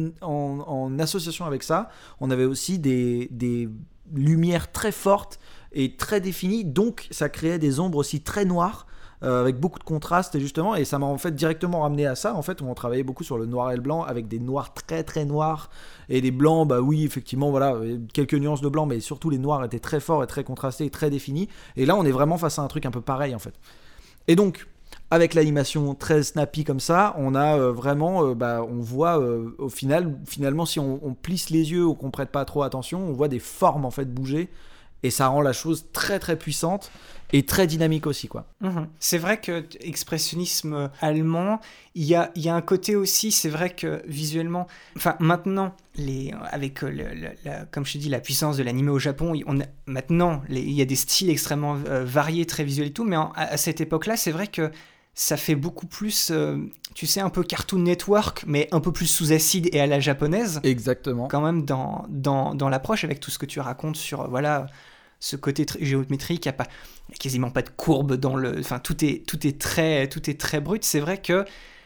en en association avec ça, on avait aussi des des lumières très fortes et très définies, donc ça créait des ombres aussi très noires. Euh, avec beaucoup de contraste et justement et ça m'a en fait directement ramené à ça en fait où on travaillait beaucoup sur le noir et le blanc avec des noirs très très noirs et des blancs bah oui effectivement voilà quelques nuances de blanc mais surtout les noirs étaient très forts et très contrastés et très définis et là on est vraiment face à un truc un peu pareil en fait et donc avec l'animation très snappy comme ça on a euh, vraiment euh, bah, on voit euh, au final finalement si on, on plisse les yeux ou qu'on prête pas trop attention on voit des formes en fait bouger et ça rend la chose très très puissante et très dynamique aussi quoi. Mmh. C'est vrai que expressionnisme allemand, il y a, y a un côté aussi, c'est vrai que visuellement, enfin maintenant, les, avec le, le, la, comme je te dis, la puissance de l'anime au Japon, on a, maintenant il y a des styles extrêmement euh, variés, très visuels et tout, mais en, à, à cette époque-là, c'est vrai que ça fait beaucoup plus, euh, tu sais, un peu Cartoon Network, mais un peu plus sous acide et à la japonaise. Exactement. Quand même dans, dans, dans l'approche, avec tout ce que tu racontes sur, voilà, ce côté tr- géométrique, il n'y a, pas, y a quasiment pas de courbe dans le... Enfin, tout est, tout est, très, tout est très brut. C'est vrai que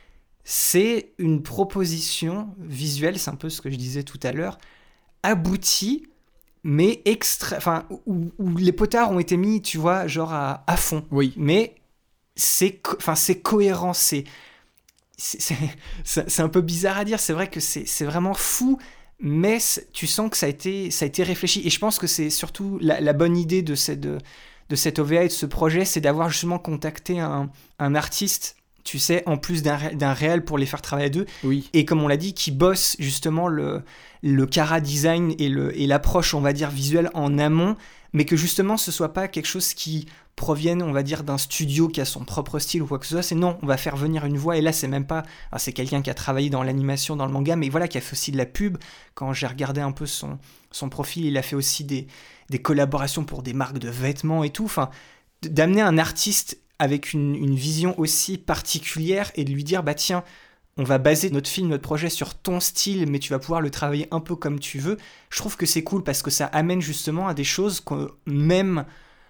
c'est une proposition visuelle, c'est un peu ce que je disais tout à l'heure, aboutie, mais extra... Enfin, où, où les potards ont été mis, tu vois, genre à, à fond. Oui. Mais c'est, co- enfin, c'est cohérent, c'est... C'est, c'est, c'est, c'est un peu bizarre à dire, c'est vrai que c'est, c'est vraiment fou, mais tu sens que ça a été, ça a été réfléchi. Et je pense que c'est surtout la, la bonne idée de cette, de, de cette O V A et de ce projet, c'est d'avoir justement contacté un, un artiste, tu sais, en plus d'un, ré, d'un réel pour les faire travailler à deux. Oui. Et comme on l'a dit, qui bosse justement le, le chara design et, le, et l'approche, on va dire, visuelle en amont, mais que justement ce soit pas quelque chose qui provienne, on va dire, d'un studio qui a son propre style ou quoi que ce soit. C'est non, on va faire venir une voix, et là c'est même pas, alors, c'est quelqu'un qui a travaillé dans l'animation, dans le manga, mais voilà, qui a fait aussi de la pub. Quand j'ai regardé un peu son, son profil, il a fait aussi des, des collaborations pour des marques de vêtements et tout. Enfin, d'amener un artiste avec une, une vision aussi particulière et de lui dire, bah tiens, on va baser notre film, notre projet sur ton style, mais tu vas pouvoir le travailler un peu comme tu veux. Je trouve que c'est cool parce que ça amène justement à des choses que même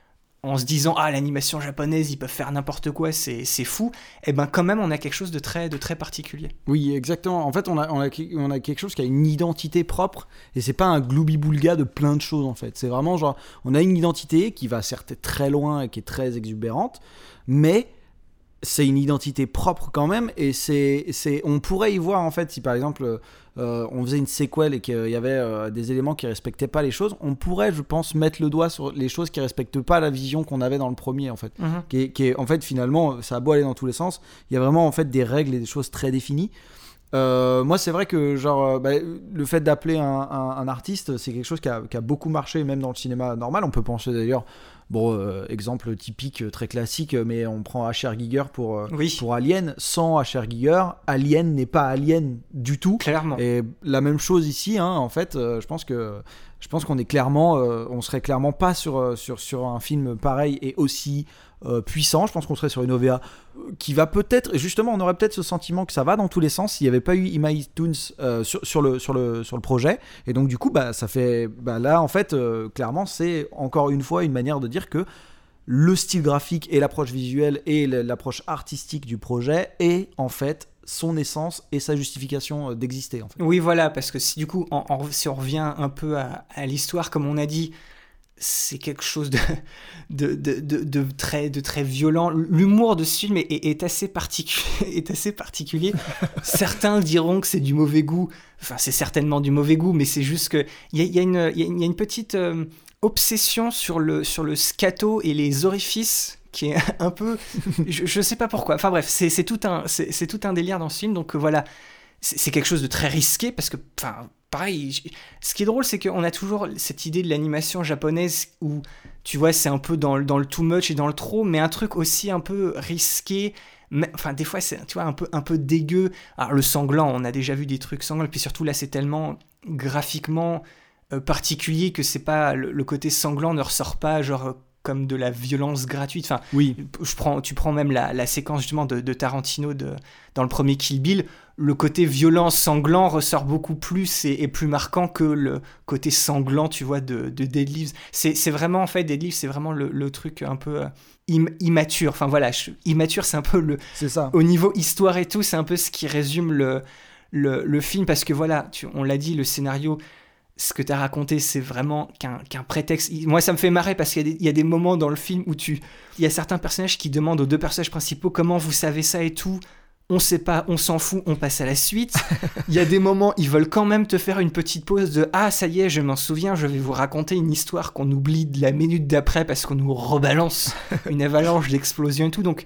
en se disant « Ah, l'animation japonaise, ils peuvent faire n'importe quoi, c'est, c'est fou », et ben quand même, on a quelque chose de très, de très particulier. Oui, exactement. En fait, on a, on, a, on a quelque chose qui a une identité propre, et c'est pas un gloubi-boulga de plein de choses, en fait. C'est vraiment genre, on a une identité qui va certes très loin et qui est très exubérante, mais c'est une identité propre quand même, et c'est, c'est, on pourrait y voir, en fait, si par exemple... Euh, on faisait une séquelle et qu'il y avait euh, des éléments qui respectaient pas les choses, on pourrait, je pense, mettre le doigt sur les choses qui respectent pas la vision qu'on avait dans le premier, en fait. Mm-hmm. Qui, est, qui est, en fait, finalement, ça a beau aller dans tous les sens, il y a vraiment, en fait, des règles et des choses très définies. Euh, moi, c'est vrai que genre, bah, le fait d'appeler un, un, un artiste, c'est quelque chose qui a, qui a beaucoup marché, même dans le cinéma normal. On peut penser d'ailleurs, bon, euh, exemple typique, très classique, mais on prend H R Giger pour, euh, oui. pour Alien. Sans H R Giger, Alien n'est pas Alien du tout. Clairement. Et la même chose ici, hein, en fait, euh, je pense que je pense qu'on est clairement, euh, on serait clairement pas sur sur sur un film pareil et aussi euh, puissant. Je pense qu'on serait sur une O V A qui va peut-être, justement, on aurait peut-être ce sentiment que ça va dans tous les sens s'il n'y avait pas eu Imai Toons euh, sur sur le sur le sur le projet. Et donc du coup, bah ça fait, bah là en fait, euh, clairement, c'est encore une fois une manière de dire que le style graphique et l'approche visuelle et l'approche artistique du projet est en fait son essence et sa justification d'exister, en fait. Oui, voilà, parce que si du coup, en, en, si on revient un peu à, à l'histoire, comme on a dit, c'est quelque chose de, de, de, de, de, très, de très violent. L'humour de ce film est, est, est, assez, particu- est assez particulier. Certains diront que c'est du mauvais goût. Enfin, c'est certainement du mauvais goût, mais c'est juste qu'il y a, y, a y, a, y a une petite euh, obsession sur le, sur le scato et les orifices qui est un peu... je, je sais pas pourquoi. Enfin bref, c'est, c'est, tout un, c'est, c'est tout un délire dans ce film. Donc euh, voilà, c'est, c'est quelque chose de très risqué parce que, enfin, pareil, j- ce qui est drôle, c'est qu'on a toujours cette idée de l'animation japonaise où, tu vois, c'est un peu dans, dans le too much et dans le trop, mais un truc aussi un peu risqué. Mais, enfin, des fois, c'est, tu vois, un peu, un peu dégueu. Alors, le sanglant, on a déjà vu des trucs sanglants. Et puis surtout, là, c'est tellement graphiquement euh, particulier que c'est pas... Le, le côté sanglant ne ressort pas, genre... comme de la violence gratuite. Enfin, oui. je prends, tu prends même la, la séquence justement de, de Tarantino de, dans le premier Kill Bill, le côté violent, sanglant ressort beaucoup plus et est plus marquant que le côté sanglant, tu vois, de, de Dead Leaves. C'est, c'est vraiment, en fait, Dead Leaves, c'est vraiment le, le truc un peu euh, im- immature. Enfin voilà, je, immature, c'est un peu le... C'est ça. Au niveau histoire et tout, c'est un peu ce qui résume le, le, le film, parce que voilà, tu, on l'a dit, le scénario... Ce que tu as raconté, c'est vraiment qu'un, qu'un prétexte. Moi, ça me fait marrer parce qu'il y a des, il y a des moments dans le film où tu... il y a certains personnages qui demandent aux deux personnages principaux comment vous savez ça et tout. On sait pas, on s'en fout, on passe à la suite. Il y a des moments, ils veulent quand même te faire une petite pause de « Ah, ça y est, je m'en souviens, je vais vous raconter une histoire qu'on oublie de la minute d'après parce qu'on nous rebalance une avalanche d'explosions et tout. » Donc,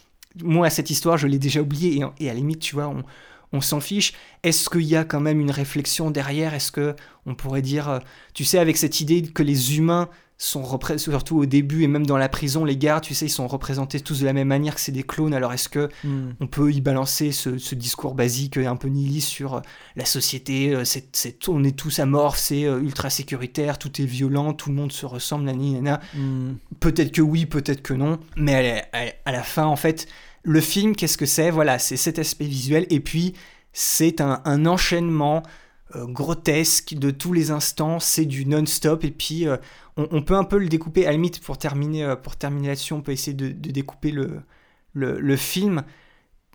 moi, cette histoire, je l'ai déjà oubliée et, et à la limite, tu vois, on... on s'en fiche. Est-ce qu'il y a quand même une réflexion derrière ? Est-ce qu'on pourrait dire, tu sais, avec cette idée que les humains sont représentés, surtout au début et même dans la prison, les gardes, tu sais, ils sont représentés tous de la même manière, que c'est des clones. Alors est-ce que mm. on peut y balancer ce, ce discours basique un peu nihiliste sur la société, c'est, c'est, on est tous amorphes, c'est ultra sécuritaire, tout est violent, tout le monde se ressemble, nani, nana. Mm. Peut-être que oui, peut-être que non. Mais à la, à la fin, en fait... Le film, qu'est-ce que c'est ? Voilà, c'est cet aspect visuel, et puis c'est un, un enchaînement euh, grotesque de tous les instants, c'est du non-stop, et puis euh, on, on peut un peu le découper, à la limite, pour terminer, euh, pour terminer là-dessus, on peut essayer de, de découper le, le, le film.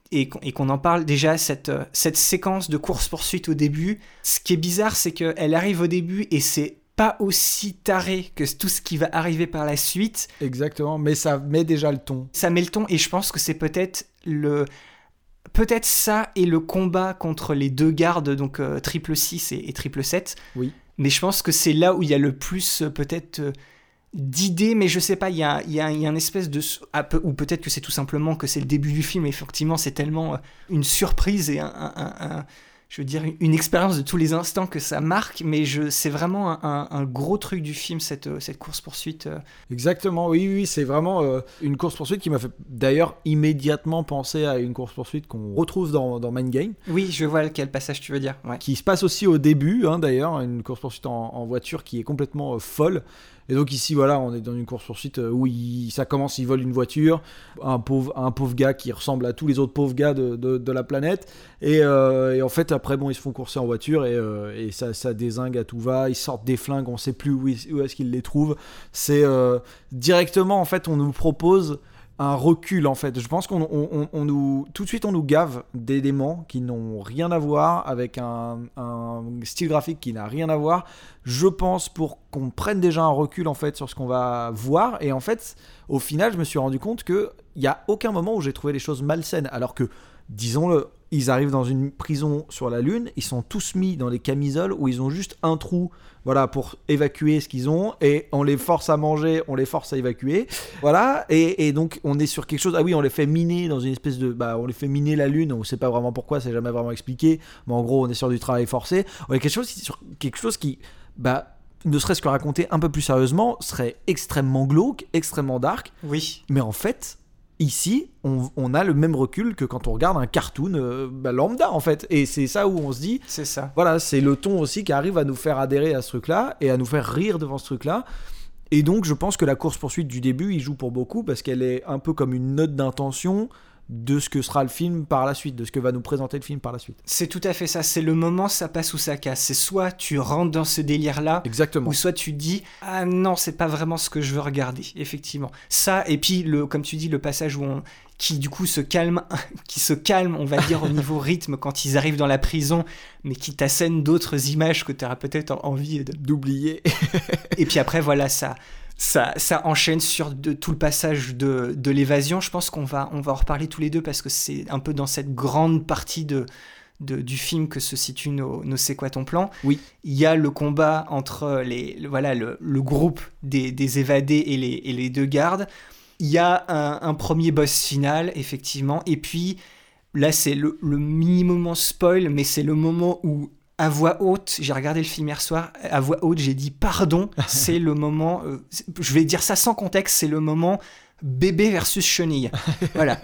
et, et qu'on en parle déjà, cette, cette séquence de course-poursuite au début, ce qui est bizarre, c'est qu'elle arrive au début et c'est pas aussi taré que tout ce qui va arriver par la suite. Exactement, mais ça met déjà le ton. Ça met le ton, et je pense que c'est peut-être le... Peut-être ça et le combat contre les deux gardes, donc euh, triple six et, et triple sept. Oui. Mais je pense que c'est là où il y a le plus, euh, peut-être, euh, d'idées, mais je sais pas, il y a, il y a, il y a un espèce de... Ou peut-être que c'est tout simplement que c'est le début du film, et effectivement, c'est tellement euh, une surprise et un... un, un, un je veux dire, une expérience de tous les instants que ça marque, mais je, c'est vraiment un, un, un gros truc du film, cette, cette course-poursuite. Exactement, oui, oui, c'est vraiment euh, une course-poursuite qui m'a fait d'ailleurs immédiatement penser à une course-poursuite qu'on retrouve dans, dans Mind Game. Oui, je vois quel passage tu veux dire. Ouais. Qui se passe aussi au début, hein, d'ailleurs, une course-poursuite en, en voiture qui est complètement euh, folle. Et donc ici, voilà, on est dans une course-poursuite où il, ça commence, il vole une voiture, un pauvre, un pauvre gars qui ressemble à tous les autres pauvres gars de, de, de la planète. Et, euh, et en fait, après, bon, ils se font courser en voiture et, euh, et ça, ça dézingue à tout va. Ils sortent des flingues, on sait plus où, où est-ce qu'ils les trouvent. C'est euh, directement, en fait, on nous propose un recul, en fait. Je pense qu'on on, on, on nous, tout de suite, on nous gave d'éléments qui n'ont rien à voir avec un, un style graphique qui n'a rien à voir. Je pense pour qu'on prenne déjà un recul, en fait, sur ce qu'on va voir. Et en fait, au final, je me suis rendu compte qu'il n'y a aucun moment où j'ai trouvé les choses malsaines. Alors que, disons-le, ils arrivent dans une prison sur la Lune, ils sont tous mis dans les camisoles où ils ont juste un trou, voilà, pour évacuer ce qu'ils ont, et on les force à manger, on les force à évacuer, voilà, et, et donc on est sur quelque chose, ah oui, on les fait miner dans une espèce de, bah, on les fait miner la Lune, on sait pas vraiment pourquoi, c'est jamais vraiment expliqué, mais en gros, on est sur du travail forcé, on est quelque chose, sur quelque chose qui, bah, ne serait-ce que raconter un peu plus sérieusement, serait extrêmement glauque, extrêmement dark, oui, mais en fait... Ici, on, on a le même recul que quand on regarde un cartoon euh, bah, lambda, en fait. Et c'est ça où on se dit... C'est ça. Voilà, c'est le ton aussi qui arrive à nous faire adhérer à ce truc-là et à nous faire rire devant ce truc-là. Et donc, je pense que la course-poursuite du début, il joue pour beaucoup parce qu'elle est un peu comme une note d'intention de ce que sera le film par la suite, de ce que va nous présenter le film par la suite. C'est tout à fait ça, c'est le moment ça passe ou ça casse, c'est soit tu rentres dans ce délire-là, exactement, ou soit tu dis « Ah non, c'est pas vraiment ce que je veux regarder », effectivement. Ça, et puis, le, comme tu dis, le passage où on... qui du coup se calme, qui se calme, on va dire, au niveau rythme quand ils arrivent dans la prison, mais qui t'assène d'autres images que tu auras peut-être envie de... d'oublier. Et puis après, voilà, ça... Ça, ça enchaîne sur de, tout le passage de, de l'évasion. Je pense qu'on va, on va en reparler tous les deux parce que c'est un peu dans cette grande partie de, de, du film que se situe nos, nos C'est quoi ton plan. Oui. Il y a le combat entre les, le, voilà, le, le groupe des, des évadés et les, et les deux gardes. Il y a un, un premier boss final, effectivement. Et puis, là, c'est le, le mini-moment spoil, mais c'est le moment où... À voix haute, j'ai regardé le film hier soir, à voix haute, j'ai dit pardon, c'est le moment, euh, je vais dire ça sans contexte, c'est le moment bébé versus chenille. Voilà.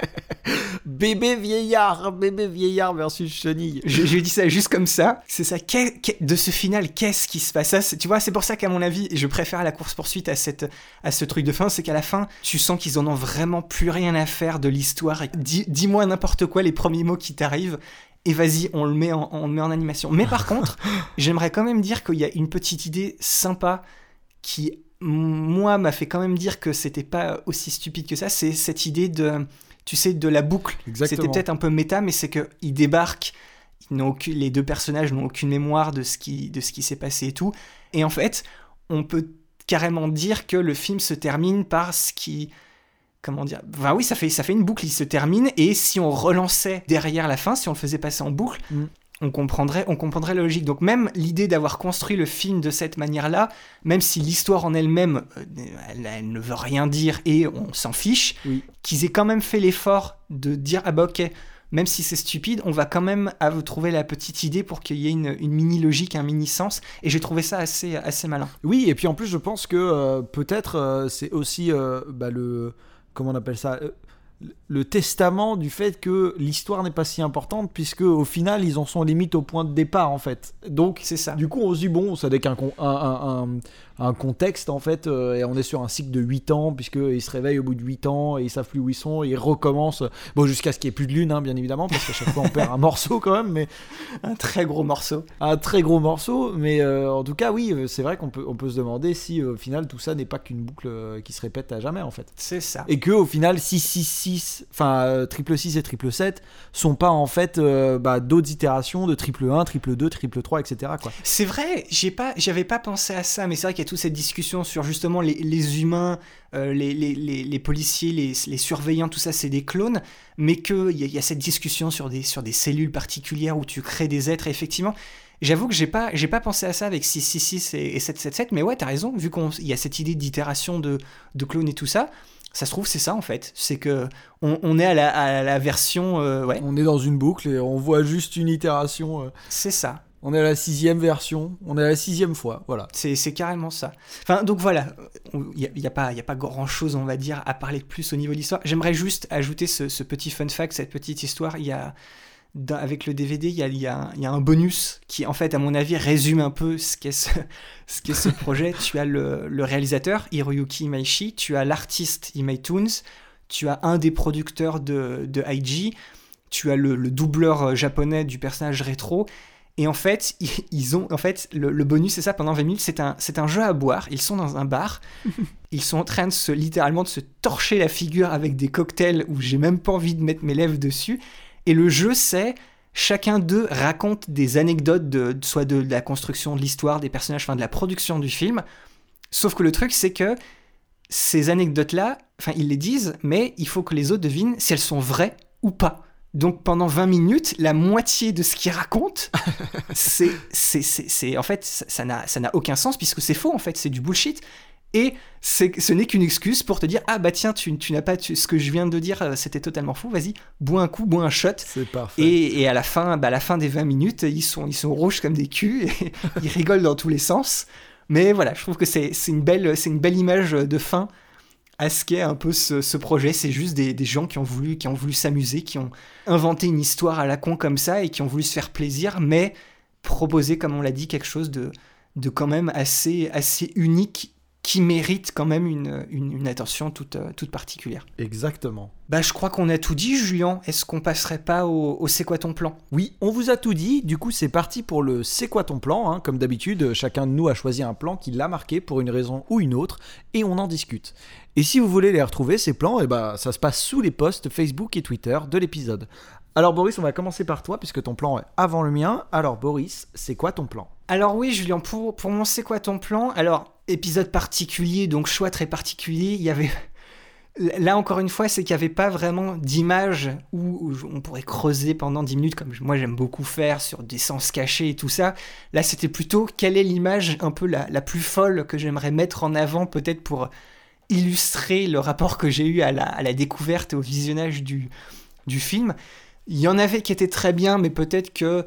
Bébé vieillard, bébé vieillard versus chenille. Je, je dis ça juste comme ça. C'est ça. Qu'est, qu'est, de ce final, qu'est-ce qui se passe ça, c'est, tu vois, c'est pour ça qu'à mon avis, je préfère la course-poursuite à, cette, à ce truc de fin, c'est qu'à la fin, tu sens qu'ils en ont vraiment plus rien à faire de l'histoire. Dis, dis-moi n'importe quoi, les premiers mots qui t'arrivent. Et vas-y, on le met en, on le met en animation. Mais par contre, j'aimerais quand même dire qu'il y a une petite idée sympa qui, moi, m'a fait quand même dire que c'était pas aussi stupide que ça. C'est cette idée de, tu sais, de la boucle. Exactement. C'était peut-être un peu méta, mais c'est qu'ils débarquent, ils n'ont aucune, les deux personnages n'ont aucune mémoire de ce qui, de ce qui s'est passé et tout. Et en fait, on peut carrément dire que le film se termine par ce qui... Comment dire ? Bah oui, ça fait, ça fait une boucle, il se termine, et si on relançait derrière la fin, si on le faisait passer en boucle, mm. on, comprendrait, on comprendrait la logique. Donc même l'idée d'avoir construit le film de cette manière-là, même si l'histoire en elle-même, elle, elle ne veut rien dire et on s'en fiche, oui. qu'ils aient quand même fait l'effort de dire « Ah bah ok, même si c'est stupide, on va quand même trouver la petite idée pour qu'il y ait une, une mini-logique, un mini-sens. » Et j'ai trouvé ça assez, assez malin. Oui, et puis en plus, je pense que euh, peut-être euh, c'est aussi euh, bah, le... Comment on appelle ça ? Le testament du fait que l'histoire n'est pas si importante, puisque au final ils en sont limite au point de départ en fait. Donc c'est ça. Du coup on se dit bon, ça n'est qu'un un, un, un, un contexte en fait, euh, et on est sur un cycle de huit ans, puisqu'ils se réveillent au bout de huit ans, et ils savent plus où ils sont, et ils recommencent, bon jusqu'à ce qu'il n'y ait plus de lune, hein, bien évidemment, parce qu'à chaque fois on perd un morceau quand même, mais... Un très gros morceau. Un très gros morceau, mais euh, en tout cas oui, c'est vrai qu'on peut, on peut se demander si euh, au final tout ça n'est pas qu'une boucle euh, qui se répète à jamais en fait. C'est ça. Et que au final six six six, enfin euh, triple six et triple sept sont pas en fait euh, bah, d'autres itérations de triple un, triple deux, triple trois, et cetera quoi. C'est vrai, j'ai pas, j'avais pas pensé à ça, mais c'est vrai qu'il y a toute cette discussion sur justement les, les humains, euh, les, les, les, les policiers, les, les surveillants, tout ça c'est des clones, mais qu'il y, y a cette discussion sur des, sur des cellules particulières où tu crées des êtres, et effectivement, j'avoue que j'ai pas, j'ai pas pensé à ça avec six six six et, et sept sept sept, mais ouais, t'as raison, vu qu'il y a cette idée d'itération de, de clones et tout ça, ça se trouve c'est ça en fait, c'est que on, on est à la, à la version, euh, ouais. On est dans une boucle et on voit juste une itération. Euh... C'est ça. On est à la sixième version, on est à la sixième fois, voilà. C'est, c'est carrément ça. Enfin, donc voilà, il n'y a, y a pas, y a pas grand-chose, on va dire, à parler de plus au niveau de l'histoire. J'aimerais juste ajouter ce, ce petit fun fact, cette petite histoire. Il y a, dans, avec le D V D, il y a, y, a, y a un bonus qui, en fait, à mon avis, résume un peu ce qu'est ce, ce, qu'est ce projet. Tu as le, le réalisateur, Hiroyuki Imaishi, tu as l'artiste Imai Toons, tu as un des producteurs de, de I G, tu as le, le doubleur japonais du personnage rétro. Et en fait, ils ont, en fait, le, le bonus, c'est ça, pendant vingt minutes, c'est un, c'est un jeu à boire. Ils sont dans un bar, ils sont en train de se, littéralement, de se torcher la figure avec des cocktails où j'ai même pas envie de mettre mes lèvres dessus. Et le jeu, c'est, chacun d'eux raconte des anecdotes, de, soit de, de la construction de l'histoire, des personnages, enfin de la production du film. Sauf que le truc, c'est que ces anecdotes-là, enfin, ils les disent, mais il faut que les autres devinent si elles sont vraies ou pas. Donc pendant vingt minutes, la moitié de ce qu'il raconte, c'est, c'est, c'est, c'est en fait, ça, ça, n'a, ça n'a aucun sens puisque c'est faux en fait, c'est du bullshit. Et c'est, ce n'est qu'une excuse pour te dire ah bah tiens, tu, tu n'as pas tu, ce que je viens de dire, c'était totalement faux. Vas-y, bois un coup, bois un shot. C'est parfait. Et, et à la fin, bah à la fin des vingt minutes, ils sont, ils sont rouges comme des culs et ils rigolent dans tous les sens. Mais voilà, je trouve que c'est, c'est une belle, c'est une belle image de fin à ce qu'est un peu ce, ce projet. C'est juste des, des gens qui ont voulu, qui ont voulu s'amuser, qui ont inventé une histoire à la con comme ça et qui ont voulu se faire plaisir, mais proposer, comme on l'a dit, quelque chose de, de quand même assez, assez unique, qui mérite quand même une, une, une attention toute, toute particulière. Exactement. Bah, je crois qu'on a tout dit, Julien. Est-ce qu'on passerait pas au, au C'est quoi ton plan ? Oui, on vous a tout dit. Du coup, c'est parti pour le C'est quoi ton plan, hein. Comme d'habitude, chacun de nous a choisi un plan qui l'a marqué pour une raison ou une autre, et on en discute. Et si vous voulez les retrouver, ces plans, eh ben, ça se passe sous les posts Facebook et Twitter de l'épisode. Alors Boris, on va commencer par toi, puisque ton plan est avant le mien. Alors Boris, c'est quoi ton plan ? Alors oui, Julien, pour, pour mon C'est quoi ton plan ? Alors, épisode particulier, donc choix très particulier, il y avait... Là, encore une fois, c'est qu'il n'y avait pas vraiment d'image où, où on pourrait creuser pendant dix minutes, comme moi j'aime beaucoup faire, sur des sens cachés et tout ça. Là, c'était plutôt quelle est l'image un peu la, la plus folle que j'aimerais mettre en avant, peut-être pour illustrer le rapport que j'ai eu à la, à la découverte et au visionnage du, du film. Il y en avait qui étaient très bien, mais peut-être que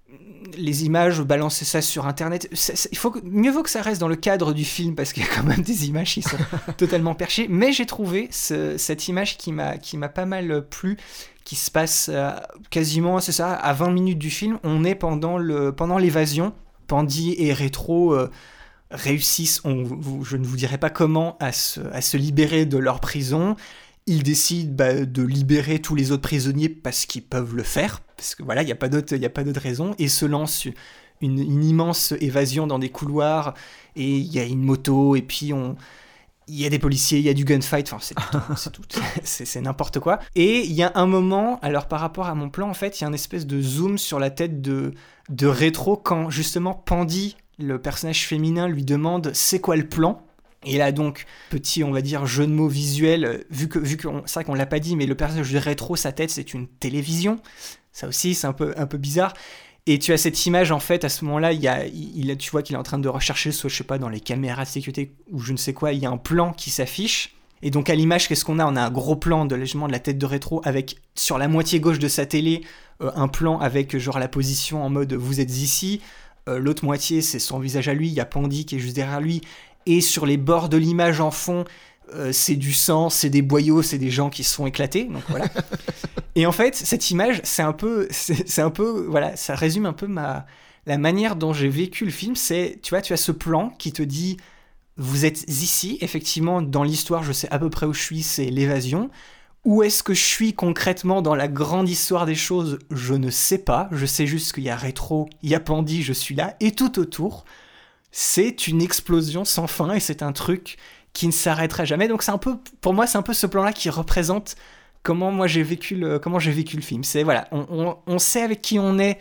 les images, balancer ça sur Internet, c'est, c'est, il faut que, mieux vaut que ça reste dans le cadre du film, parce qu'il y a quand même des images qui sont totalement perchées. Mais j'ai trouvé ce, cette image qui m'a, qui m'a pas mal plu, qui se passe euh, quasiment, c'est ça, à vingt minutes du film. On est pendant, le, pendant l'évasion. Pandy et Rétro euh, réussissent, on, vous, je ne vous dirai pas comment, à se, à se libérer de leur prison. Ils décident bah, de libérer tous les autres prisonniers parce qu'ils peuvent le faire, parce que voilà, il n'y a pas d'autre, y a pas d'autre raison, et se lancent une, une immense évasion dans des couloirs, et il y a une moto, et puis on... il y a des policiers, il y a du gunfight, enfin c'est tout, c'est, tout c'est, c'est n'importe quoi. Et il y a un moment, alors par rapport à mon plan, en fait, il y a une espèce de zoom sur la tête de, de Rétro, quand justement Pandy, le personnage féminin, lui demande c'est quoi le plan ? Et là donc, petit, on va dire, jeu de mots visuel, vu que, vu que on, c'est vrai qu'on l'a pas dit, mais le personnage de Rétro, sa tête, c'est une télévision. Ça aussi, c'est un peu, un peu bizarre. Et tu as cette image, en fait, à ce moment-là, il y a, il, tu vois qu'il est en train de rechercher, soit, je sais pas, dans les caméras de sécurité, ou je ne sais quoi, il y a un plan qui s'affiche. Et donc, à l'image, qu'est-ce qu'on a ? On a un gros plan de, légèrement de la tête de Rétro, avec, sur la moitié gauche de sa télé, euh, un plan avec, genre, la position en mode « vous êtes ici ». Euh, l'autre moitié, c'est son visage à lui, il y a Pandy qui est juste derrière lui. Et sur les bords de l'image en fond, euh, c'est du sang, c'est des boyaux, c'est des gens qui se sont éclatés. Donc voilà. Et en fait, cette image, c'est un peu, c'est, c'est un peu, voilà, ça résume un peu ma, la manière dont j'ai vécu le film. C'est, tu vois, tu as ce plan qui te dit, vous êtes ici, effectivement, dans l'histoire, je sais à peu près où je suis, c'est l'évasion. Où est-ce que je suis concrètement dans la grande histoire des choses ? Je ne sais pas. Je sais juste qu'il y a Rétro, il y a Pandy, je suis là. Et tout autour, c'est une explosion sans fin et c'est un truc qui ne s'arrêtera jamais. Donc c'est un peu, pour moi, c'est un peu ce plan-là qui représente comment moi j'ai vécu le, comment j'ai vécu le film. C'est voilà, on, on, on sait avec qui on est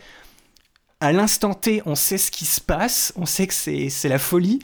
à l'instant T, on sait ce qui se passe, on sait que c'est, c'est la folie.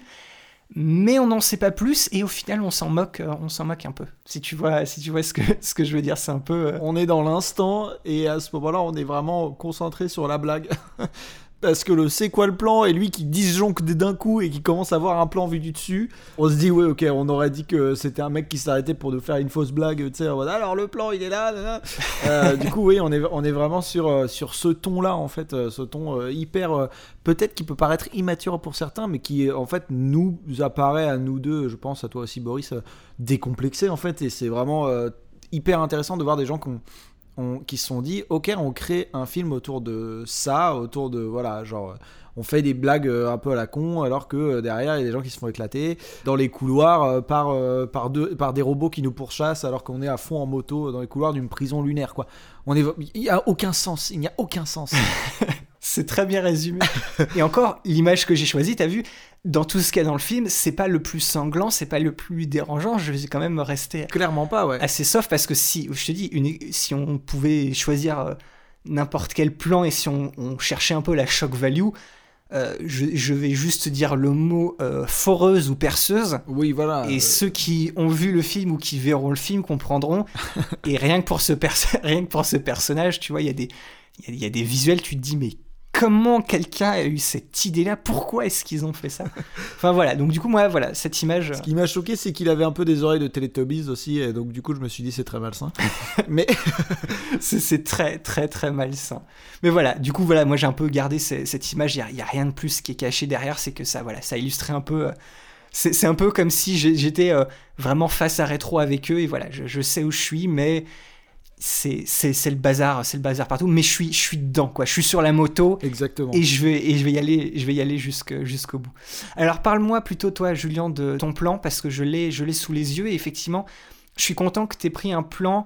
Mais on n'en sait pas plus et au final on s'en moque, on s'en moque un peu. Si tu vois, si tu vois ce que ce que je veux dire, c'est un peu. Euh... On est dans l'instant et à ce moment-là on est vraiment concentré sur la blague. Parce que le c'est quoi le plan et lui qui disjoncte d'un coup et qui commence à avoir un plan vu du dessus, on se dit ouais ok, on aurait dit que c'était un mec qui s'arrêtait pour nous faire une fausse blague, tu sais, alors le plan il est là, là, là. euh, du coup oui, on est on est vraiment sur euh, sur ce ton là en fait, euh, ce ton euh, hyper euh, peut-être qui peut paraître immature pour certains, mais qui en fait nous apparaît à nous deux, je pense à toi aussi Boris, euh, décomplexé en fait, et c'est vraiment euh, hyper intéressant de voir des gens qui ont On, qui se sont dit ok, on crée un film autour de ça, autour de voilà, genre on fait des blagues un peu à la con alors que derrière il y a des gens qui se font éclater dans les couloirs par, par, deux, par des robots qui nous pourchassent alors qu'on est à fond en moto dans les couloirs d'une prison lunaire quoi. On est, il n'y a aucun sens, il n'y a aucun sens. C'est très bien résumé. Et encore, l'image que j'ai choisie, t'as vu, dans tout ce qu'il y a dans le film, c'est pas le plus sanglant, c'est pas le plus dérangeant. Je vais quand même rester clairement pas, ouais. assez soft parce que si, je te dis, une, si on pouvait choisir euh, n'importe quel plan et si on, on cherchait un peu la shock value, euh, je, je vais juste dire le mot euh, foreuse ou perceuse. Oui, voilà. Et euh... ceux qui ont vu le film ou qui verront le film comprendront. Et rien que pour ce perso- rien que pour ce personnage, tu vois, il y a des, il y, y a des visuels, tu te dis mais comment quelqu'un a eu cette idée-là ? Pourquoi est-ce qu'ils ont fait ça ? Enfin voilà, donc du coup moi voilà, cette image... Ce qui m'a choqué, c'est qu'il avait un peu des oreilles de Teletubbies aussi, et donc du coup je me suis dit c'est très malsain. Mais c'est, c'est très très très malsain. Mais voilà, du coup voilà, moi j'ai un peu gardé c- cette image, il n'y a, a rien de plus qui est caché derrière, c'est que ça, voilà, ça illustrait un peu... Euh, c'est, c'est un peu comme si j'étais euh, vraiment face à Rétro avec eux, et voilà, je, je sais où je suis, mais... C'est, c'est, c'est le bazar, c'est le bazar partout, mais je suis, je suis dedans, quoi. Je suis sur la moto. Exactement. Et je vais, et je vais y aller, je vais y aller jusque, jusqu'au bout. Alors, parle-moi plutôt, toi, Julien, de ton plan, parce que je l'ai, je l'ai sous les yeux, et effectivement, je suis content que tu aies pris un plan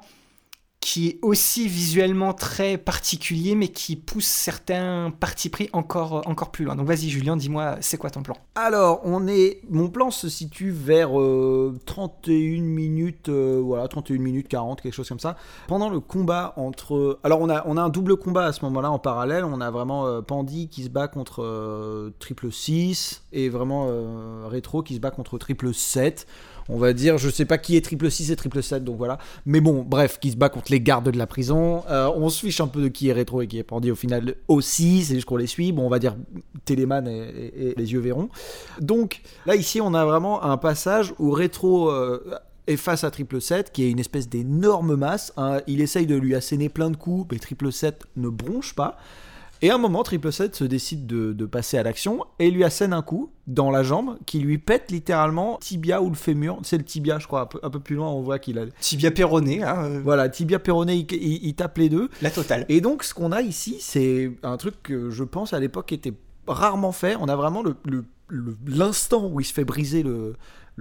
qui est aussi visuellement très particulier, mais qui pousse certains partis pris encore, encore plus loin. Donc vas-y Julien, dis-moi, c'est quoi ton plan ? Alors, on est... mon plan se situe vers euh, trente et une minutes, euh, voilà, trente et une minutes quarante, quelque chose comme ça. Pendant le combat entre... Alors, on a, on a un double combat à ce moment-là en parallèle. On a vraiment euh, Pandy qui se bat contre euh, Triple six et vraiment euh, Rétro qui se bat contre Triple sept. On va dire, je sais pas qui est Triple six et Triple sept, donc voilà. Mais bon, bref, qui se bat contre les gardes de la prison. Euh, on se fiche un peu de qui est Rétro et qui est Pandy au final aussi, c'est juste qu'on les suit. Bon, on va dire Téléman et, et, et les yeux verront. Donc là, ici, on a vraiment un passage où Rétro euh, est face à Triple sept, qui est une espèce d'énorme masse. Hein. Il essaye de lui asséner plein de coups, mais Triple sept ne bronche pas. Et à un moment, Triple sept se décide de, de passer à l'action et lui assène un coup dans la jambe qui lui pète littéralement tibia ou le fémur. C'est le tibia, je crois. Un peu, un peu plus loin, on voit qu'il a... Tibia péroné. Hein, euh... Voilà, tibia péroné, il, il, il tape les deux. La totale. Et donc, ce qu'on a ici, c'est un truc que je pense à l'époque était rarement fait. On a vraiment le, le, le, l'instant où il se fait briser le...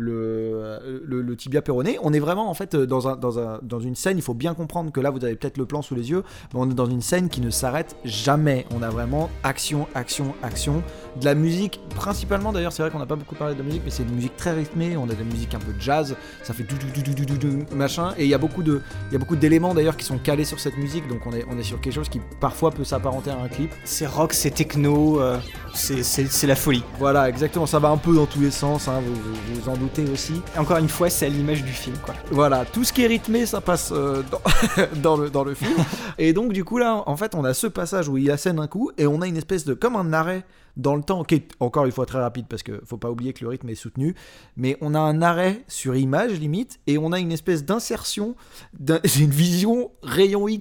Le, le, le tibia péroné. On est vraiment en fait dans, un, dans, un, dans une scène, il faut bien comprendre que là vous avez peut-être le plan sous les yeux, mais on est dans une scène qui ne s'arrête jamais. On a vraiment action, action, action, de la musique principalement, d'ailleurs c'est vrai qu'on n'a pas beaucoup parlé de la musique, mais c'est une musique très rythmée, on a de la musique un peu jazz, ça fait du du du du du du machin, et il y a beaucoup de il y a beaucoup d'éléments d'ailleurs qui sont calés sur cette musique, donc on est, on est sur quelque chose qui parfois peut s'apparenter à un clip. C'est rock, c'est techno, euh, c'est, c'est, c'est la folie. Voilà, exactement, ça va un peu dans tous les sens, hein, vous, vous, vous en doutez aussi. Encore une fois, c'est à l'image du film, quoi. Voilà, tout ce qui est rythmé, ça passe euh, dans, dans, le, dans le film. Et donc, du coup, là, en fait, on a ce passage où il assène un coup et on a une espèce de... comme un arrêt dans le temps, qui est encore une fois très rapide parce qu'il faut pas oublier que le rythme est soutenu, mais on a un arrêt sur image limite et on a une espèce d'insertion, d'un, une vision rayon X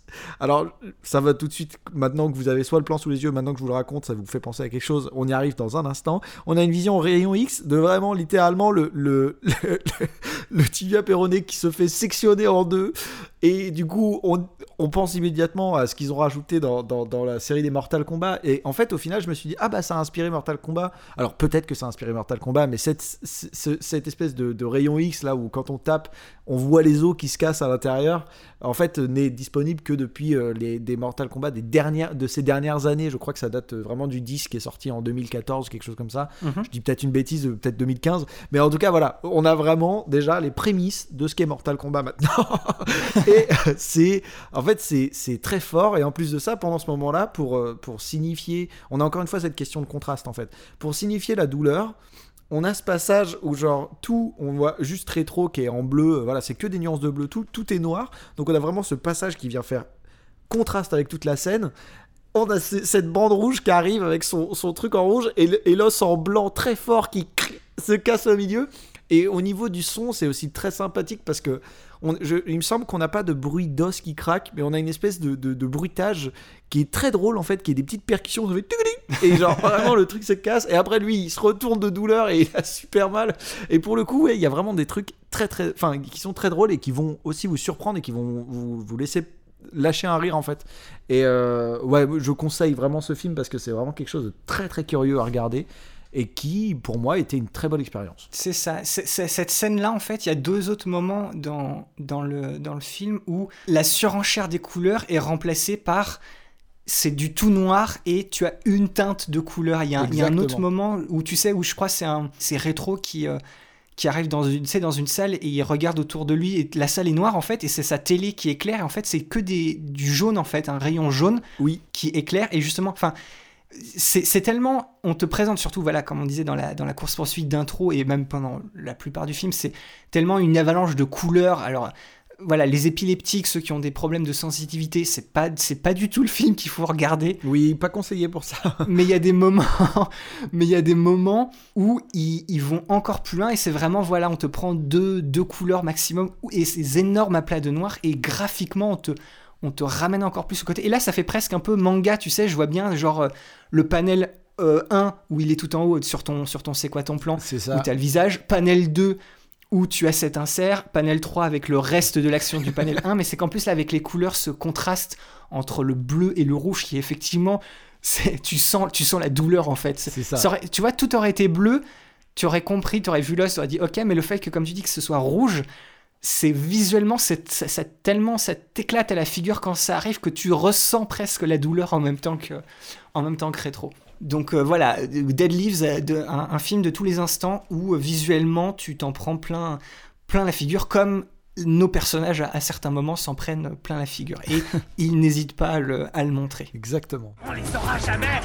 Alors, ça va tout de suite, maintenant que vous avez soit le plan sous les yeux, maintenant que je vous le raconte, ça vous fait penser à quelque chose, on y arrive dans un instant. On a une vision rayon X de vraiment, littéralement, le, le, le, le, le tibia péroné qui se fait sectionner en deux. Et du coup, on, on pense immédiatement à ce qu'ils ont rajouté dans, dans, dans la série des Mortal Kombat. Et en fait, au final, je me suis dit, ah bah ça a inspiré Mortal Kombat. Alors peut-être que ça a inspiré Mortal Kombat, mais cette, cette, cette espèce de, de rayon X, là, où quand on tape, on voit les os qui se cassent à l'intérieur, en fait, n'est disponible que depuis euh, les, des Mortal Kombat des dernières, de ces dernières années. Je crois que ça date vraiment du dix qui est sorti en deux mille quatorze, quelque chose comme ça. Mm-hmm. Je dis peut-être une bêtise, peut-être deux mille quinze. Mais en tout cas, voilà, on a vraiment déjà les prémices de ce qu'est Mortal Kombat maintenant. Et c'est, en fait, c'est, c'est très fort. Et en plus de ça, pendant ce moment-là, pour, pour signifier, on a encore une fois cette question de contraste, en fait. Pour signifier la douleur, on a ce passage où genre tout, on voit juste Rétro qui est en bleu, voilà, c'est que des nuances de bleu, tout, tout est noir. Donc on a vraiment ce passage qui vient faire contraste avec toute la scène. On a c- cette bande rouge qui arrive avec son, son truc en rouge et, et l'os en blanc très fort qui se casse au milieu. Et au niveau du son, c'est aussi très sympathique parce que on, je, il me semble qu'on n'a pas de bruit d'os qui craque, mais on a une espèce de, de, de bruitage qui est très drôle en fait, qui est des petites percussions, ça fait et genre vraiment le truc se casse. Et après lui, il se retourne de douleur et il a super mal. Et pour le coup, ouais, il y a vraiment des trucs très très, enfin, qui sont très drôles et qui vont aussi vous surprendre et qui vont vous, vous laisser lâcher un rire en fait. Et euh, ouais, je conseille vraiment ce film parce que c'est vraiment quelque chose de très très curieux à regarder. Et qui, pour moi, était une très bonne expérience. C'est ça. C'est, c'est, cette scène-là, en fait, il y a deux autres moments dans, dans, le, dans le film où la surenchère des couleurs est remplacée par... C'est du tout noir et tu as une teinte de couleur. Il y a, il y a un autre moment où, tu sais, où je crois que c'est, un, c'est Rétro qui... Euh, qui arrive dans une, tu sais, dans une salle et il regarde autour de lui et la salle est noire en fait et c'est sa télé qui éclaire et en fait c'est que des, du jaune en fait, un rayon jaune oui. qui éclaire et justement, enfin... C'est, c'est tellement, on te présente surtout, voilà, comme on disait dans la, dans la course-poursuite d'intro et même pendant la plupart du film, c'est tellement une avalanche de couleurs. Alors, voilà, les épileptiques, ceux qui ont des problèmes de sensitivité, c'est pas, c'est pas du tout le film qu'il faut regarder. Oui, pas conseillé pour ça. Mais il y a des moments, mais il y a des moments où ils, ils vont encore plus loin et c'est vraiment, voilà, on te prend deux, deux couleurs maximum et ces énormes aplats de noir et graphiquement, on te... on te ramène encore plus au côté. Et là, ça fait presque un peu manga, tu sais, je vois bien, genre, euh, le panel euh, un, où il est tout en haut, sur ton, sur ton c'est quoi ton plan, c'est ça. Où tu as le visage, panel deux, où tu as cet insert, panel trois avec le reste de l'action du panel un, mais c'est qu'en plus, là, avec les couleurs, ce contraste entre le bleu et le rouge, qui effectivement, c'est, tu, sens, tu sens la douleur, en fait. C'est ça. ça aurait, tu vois, tout aurait été bleu, tu aurais compris, tu aurais vu l'os, tu aurais dit, ok, mais le fait que, comme tu dis, que ce soit rouge... c'est visuellement, c'est, ça, ça, tellement ça t'éclate à la figure quand ça arrive que tu ressens presque la douleur en même temps que, en même temps que Rétro. Donc euh, voilà, Dead Leaves, de, un, un film de tous les instants où euh, visuellement tu t'en prends plein, plein la figure, comme nos personnages à, à certains moments s'en prennent plein la figure. Et ils n'hésitent pas à le, à le montrer. Exactement. On les saura jamais.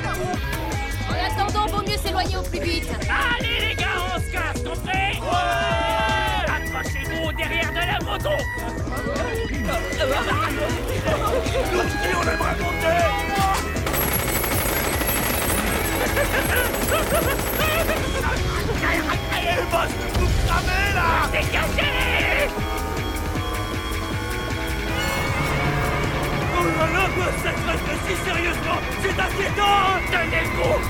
En attendant, vaut mieux s'éloigner au plus vite. Allez les gars, on se casse, compris? Ouais! Accrochez-vous derrière de la moto. Nous aussi, on aimerait monter. Eh ben, je peux vous cramer, là. Dégagez! Oh là là, ça se passe si sérieusement. C'est inquiétant. Tenez le coup.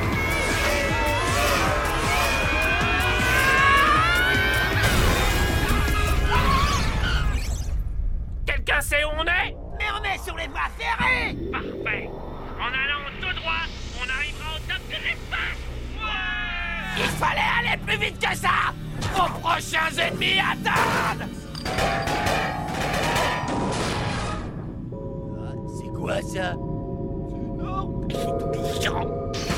Quelqu'un sait où on est? Mais on est sur les voies ferrées. Parfait. En allant tout droit, on arrivera au top de l'espace. Ouais! Il fallait aller plus vite que ça. Vos prochains ennemis attendent. C'est quoi ça? C'est énorme.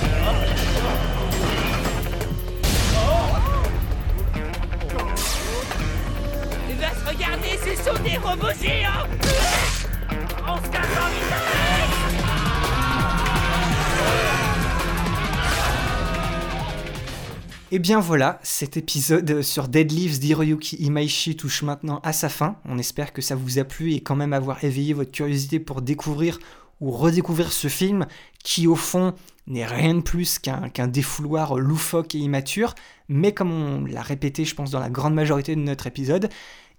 Va se regarder, ce sont des robots géants. On se casse en vitesse. Et bien voilà, cet épisode sur Dead Leaves d'Hiroyuki Imaishi touche maintenant à sa fin. On espère que ça vous a plu et quand même avoir éveillé votre curiosité pour découvrir ou redécouvrir ce film qui au fond n'est rien de plus qu'un, qu'un défouloir loufoque et immature, mais comme on l'a répété je pense dans la grande majorité de notre épisode,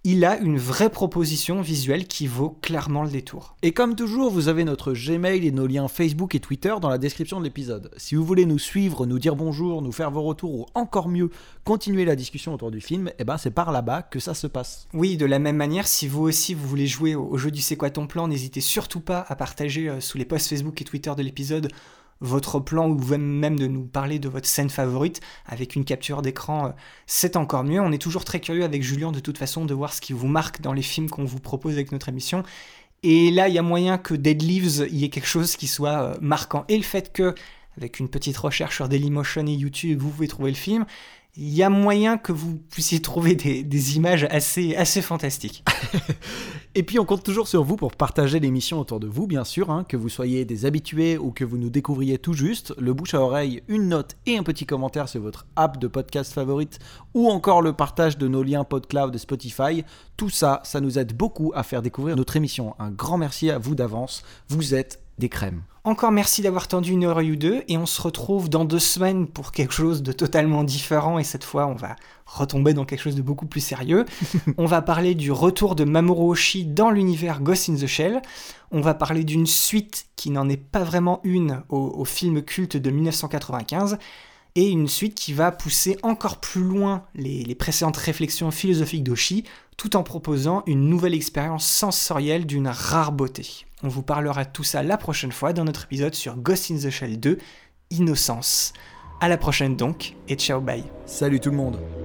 il a une vraie proposition visuelle qui vaut clairement le détour. Et comme toujours, vous avez notre Gmail et nos liens Facebook et Twitter dans la description de l'épisode. Si vous voulez nous suivre, nous dire bonjour, nous faire vos retours ou encore mieux, continuer la discussion autour du film, eh ben c'est par là-bas que ça se passe. Oui, de la même manière, si vous aussi vous voulez jouer au, au jeu du C'est quoi ton plan, n'hésitez surtout pas à partager euh, sous les posts Facebook et Twitter de l'épisode votre plan ou même de nous parler de votre scène favorite avec une capture d'écran, euh, c'est encore mieux. On est toujours très curieux avec Julien de toute façon de voir ce qui vous marque dans les films qu'on vous propose avec notre émission. Et là, il y a moyen que Dead Leaves y ait quelque chose qui soit euh, marquant. Et le fait que, avec une petite recherche sur Dailymotion et YouTube, vous pouvez trouver le film, il y a moyen que vous puissiez trouver des, des images assez, assez fantastiques. Et puis on compte toujours sur vous pour partager l'émission autour de vous, bien sûr, hein, que vous soyez des habitués ou que vous nous découvriez tout juste. Le bouche à oreille, une note et un petit commentaire sur votre app de podcast favorite ou encore le partage de nos liens PodCloud et Spotify. Tout ça, ça nous aide beaucoup à faire découvrir notre émission. Un grand merci à vous d'avance. Vous êtes des crèmes. Encore merci d'avoir tendu une heure ou deux et on se retrouve dans deux semaines pour quelque chose de totalement différent et cette fois on va retomber dans quelque chose de beaucoup plus sérieux. On va parler du retour de Mamoru Oshii dans l'univers Ghost in the Shell. On va parler d'une suite qui n'en est pas vraiment une au, au film culte de dix-neuf cent quatre-vingt-quinze et une suite qui va pousser encore plus loin les, les précédentes réflexions philosophiques d'Oshii tout en proposant une nouvelle expérience sensorielle d'une rare beauté. On vous parlera de tout ça la prochaine fois dans notre épisode sur Ghost in the Shell deux, Innocence. À la prochaine donc, et ciao bye. Salut tout le monde.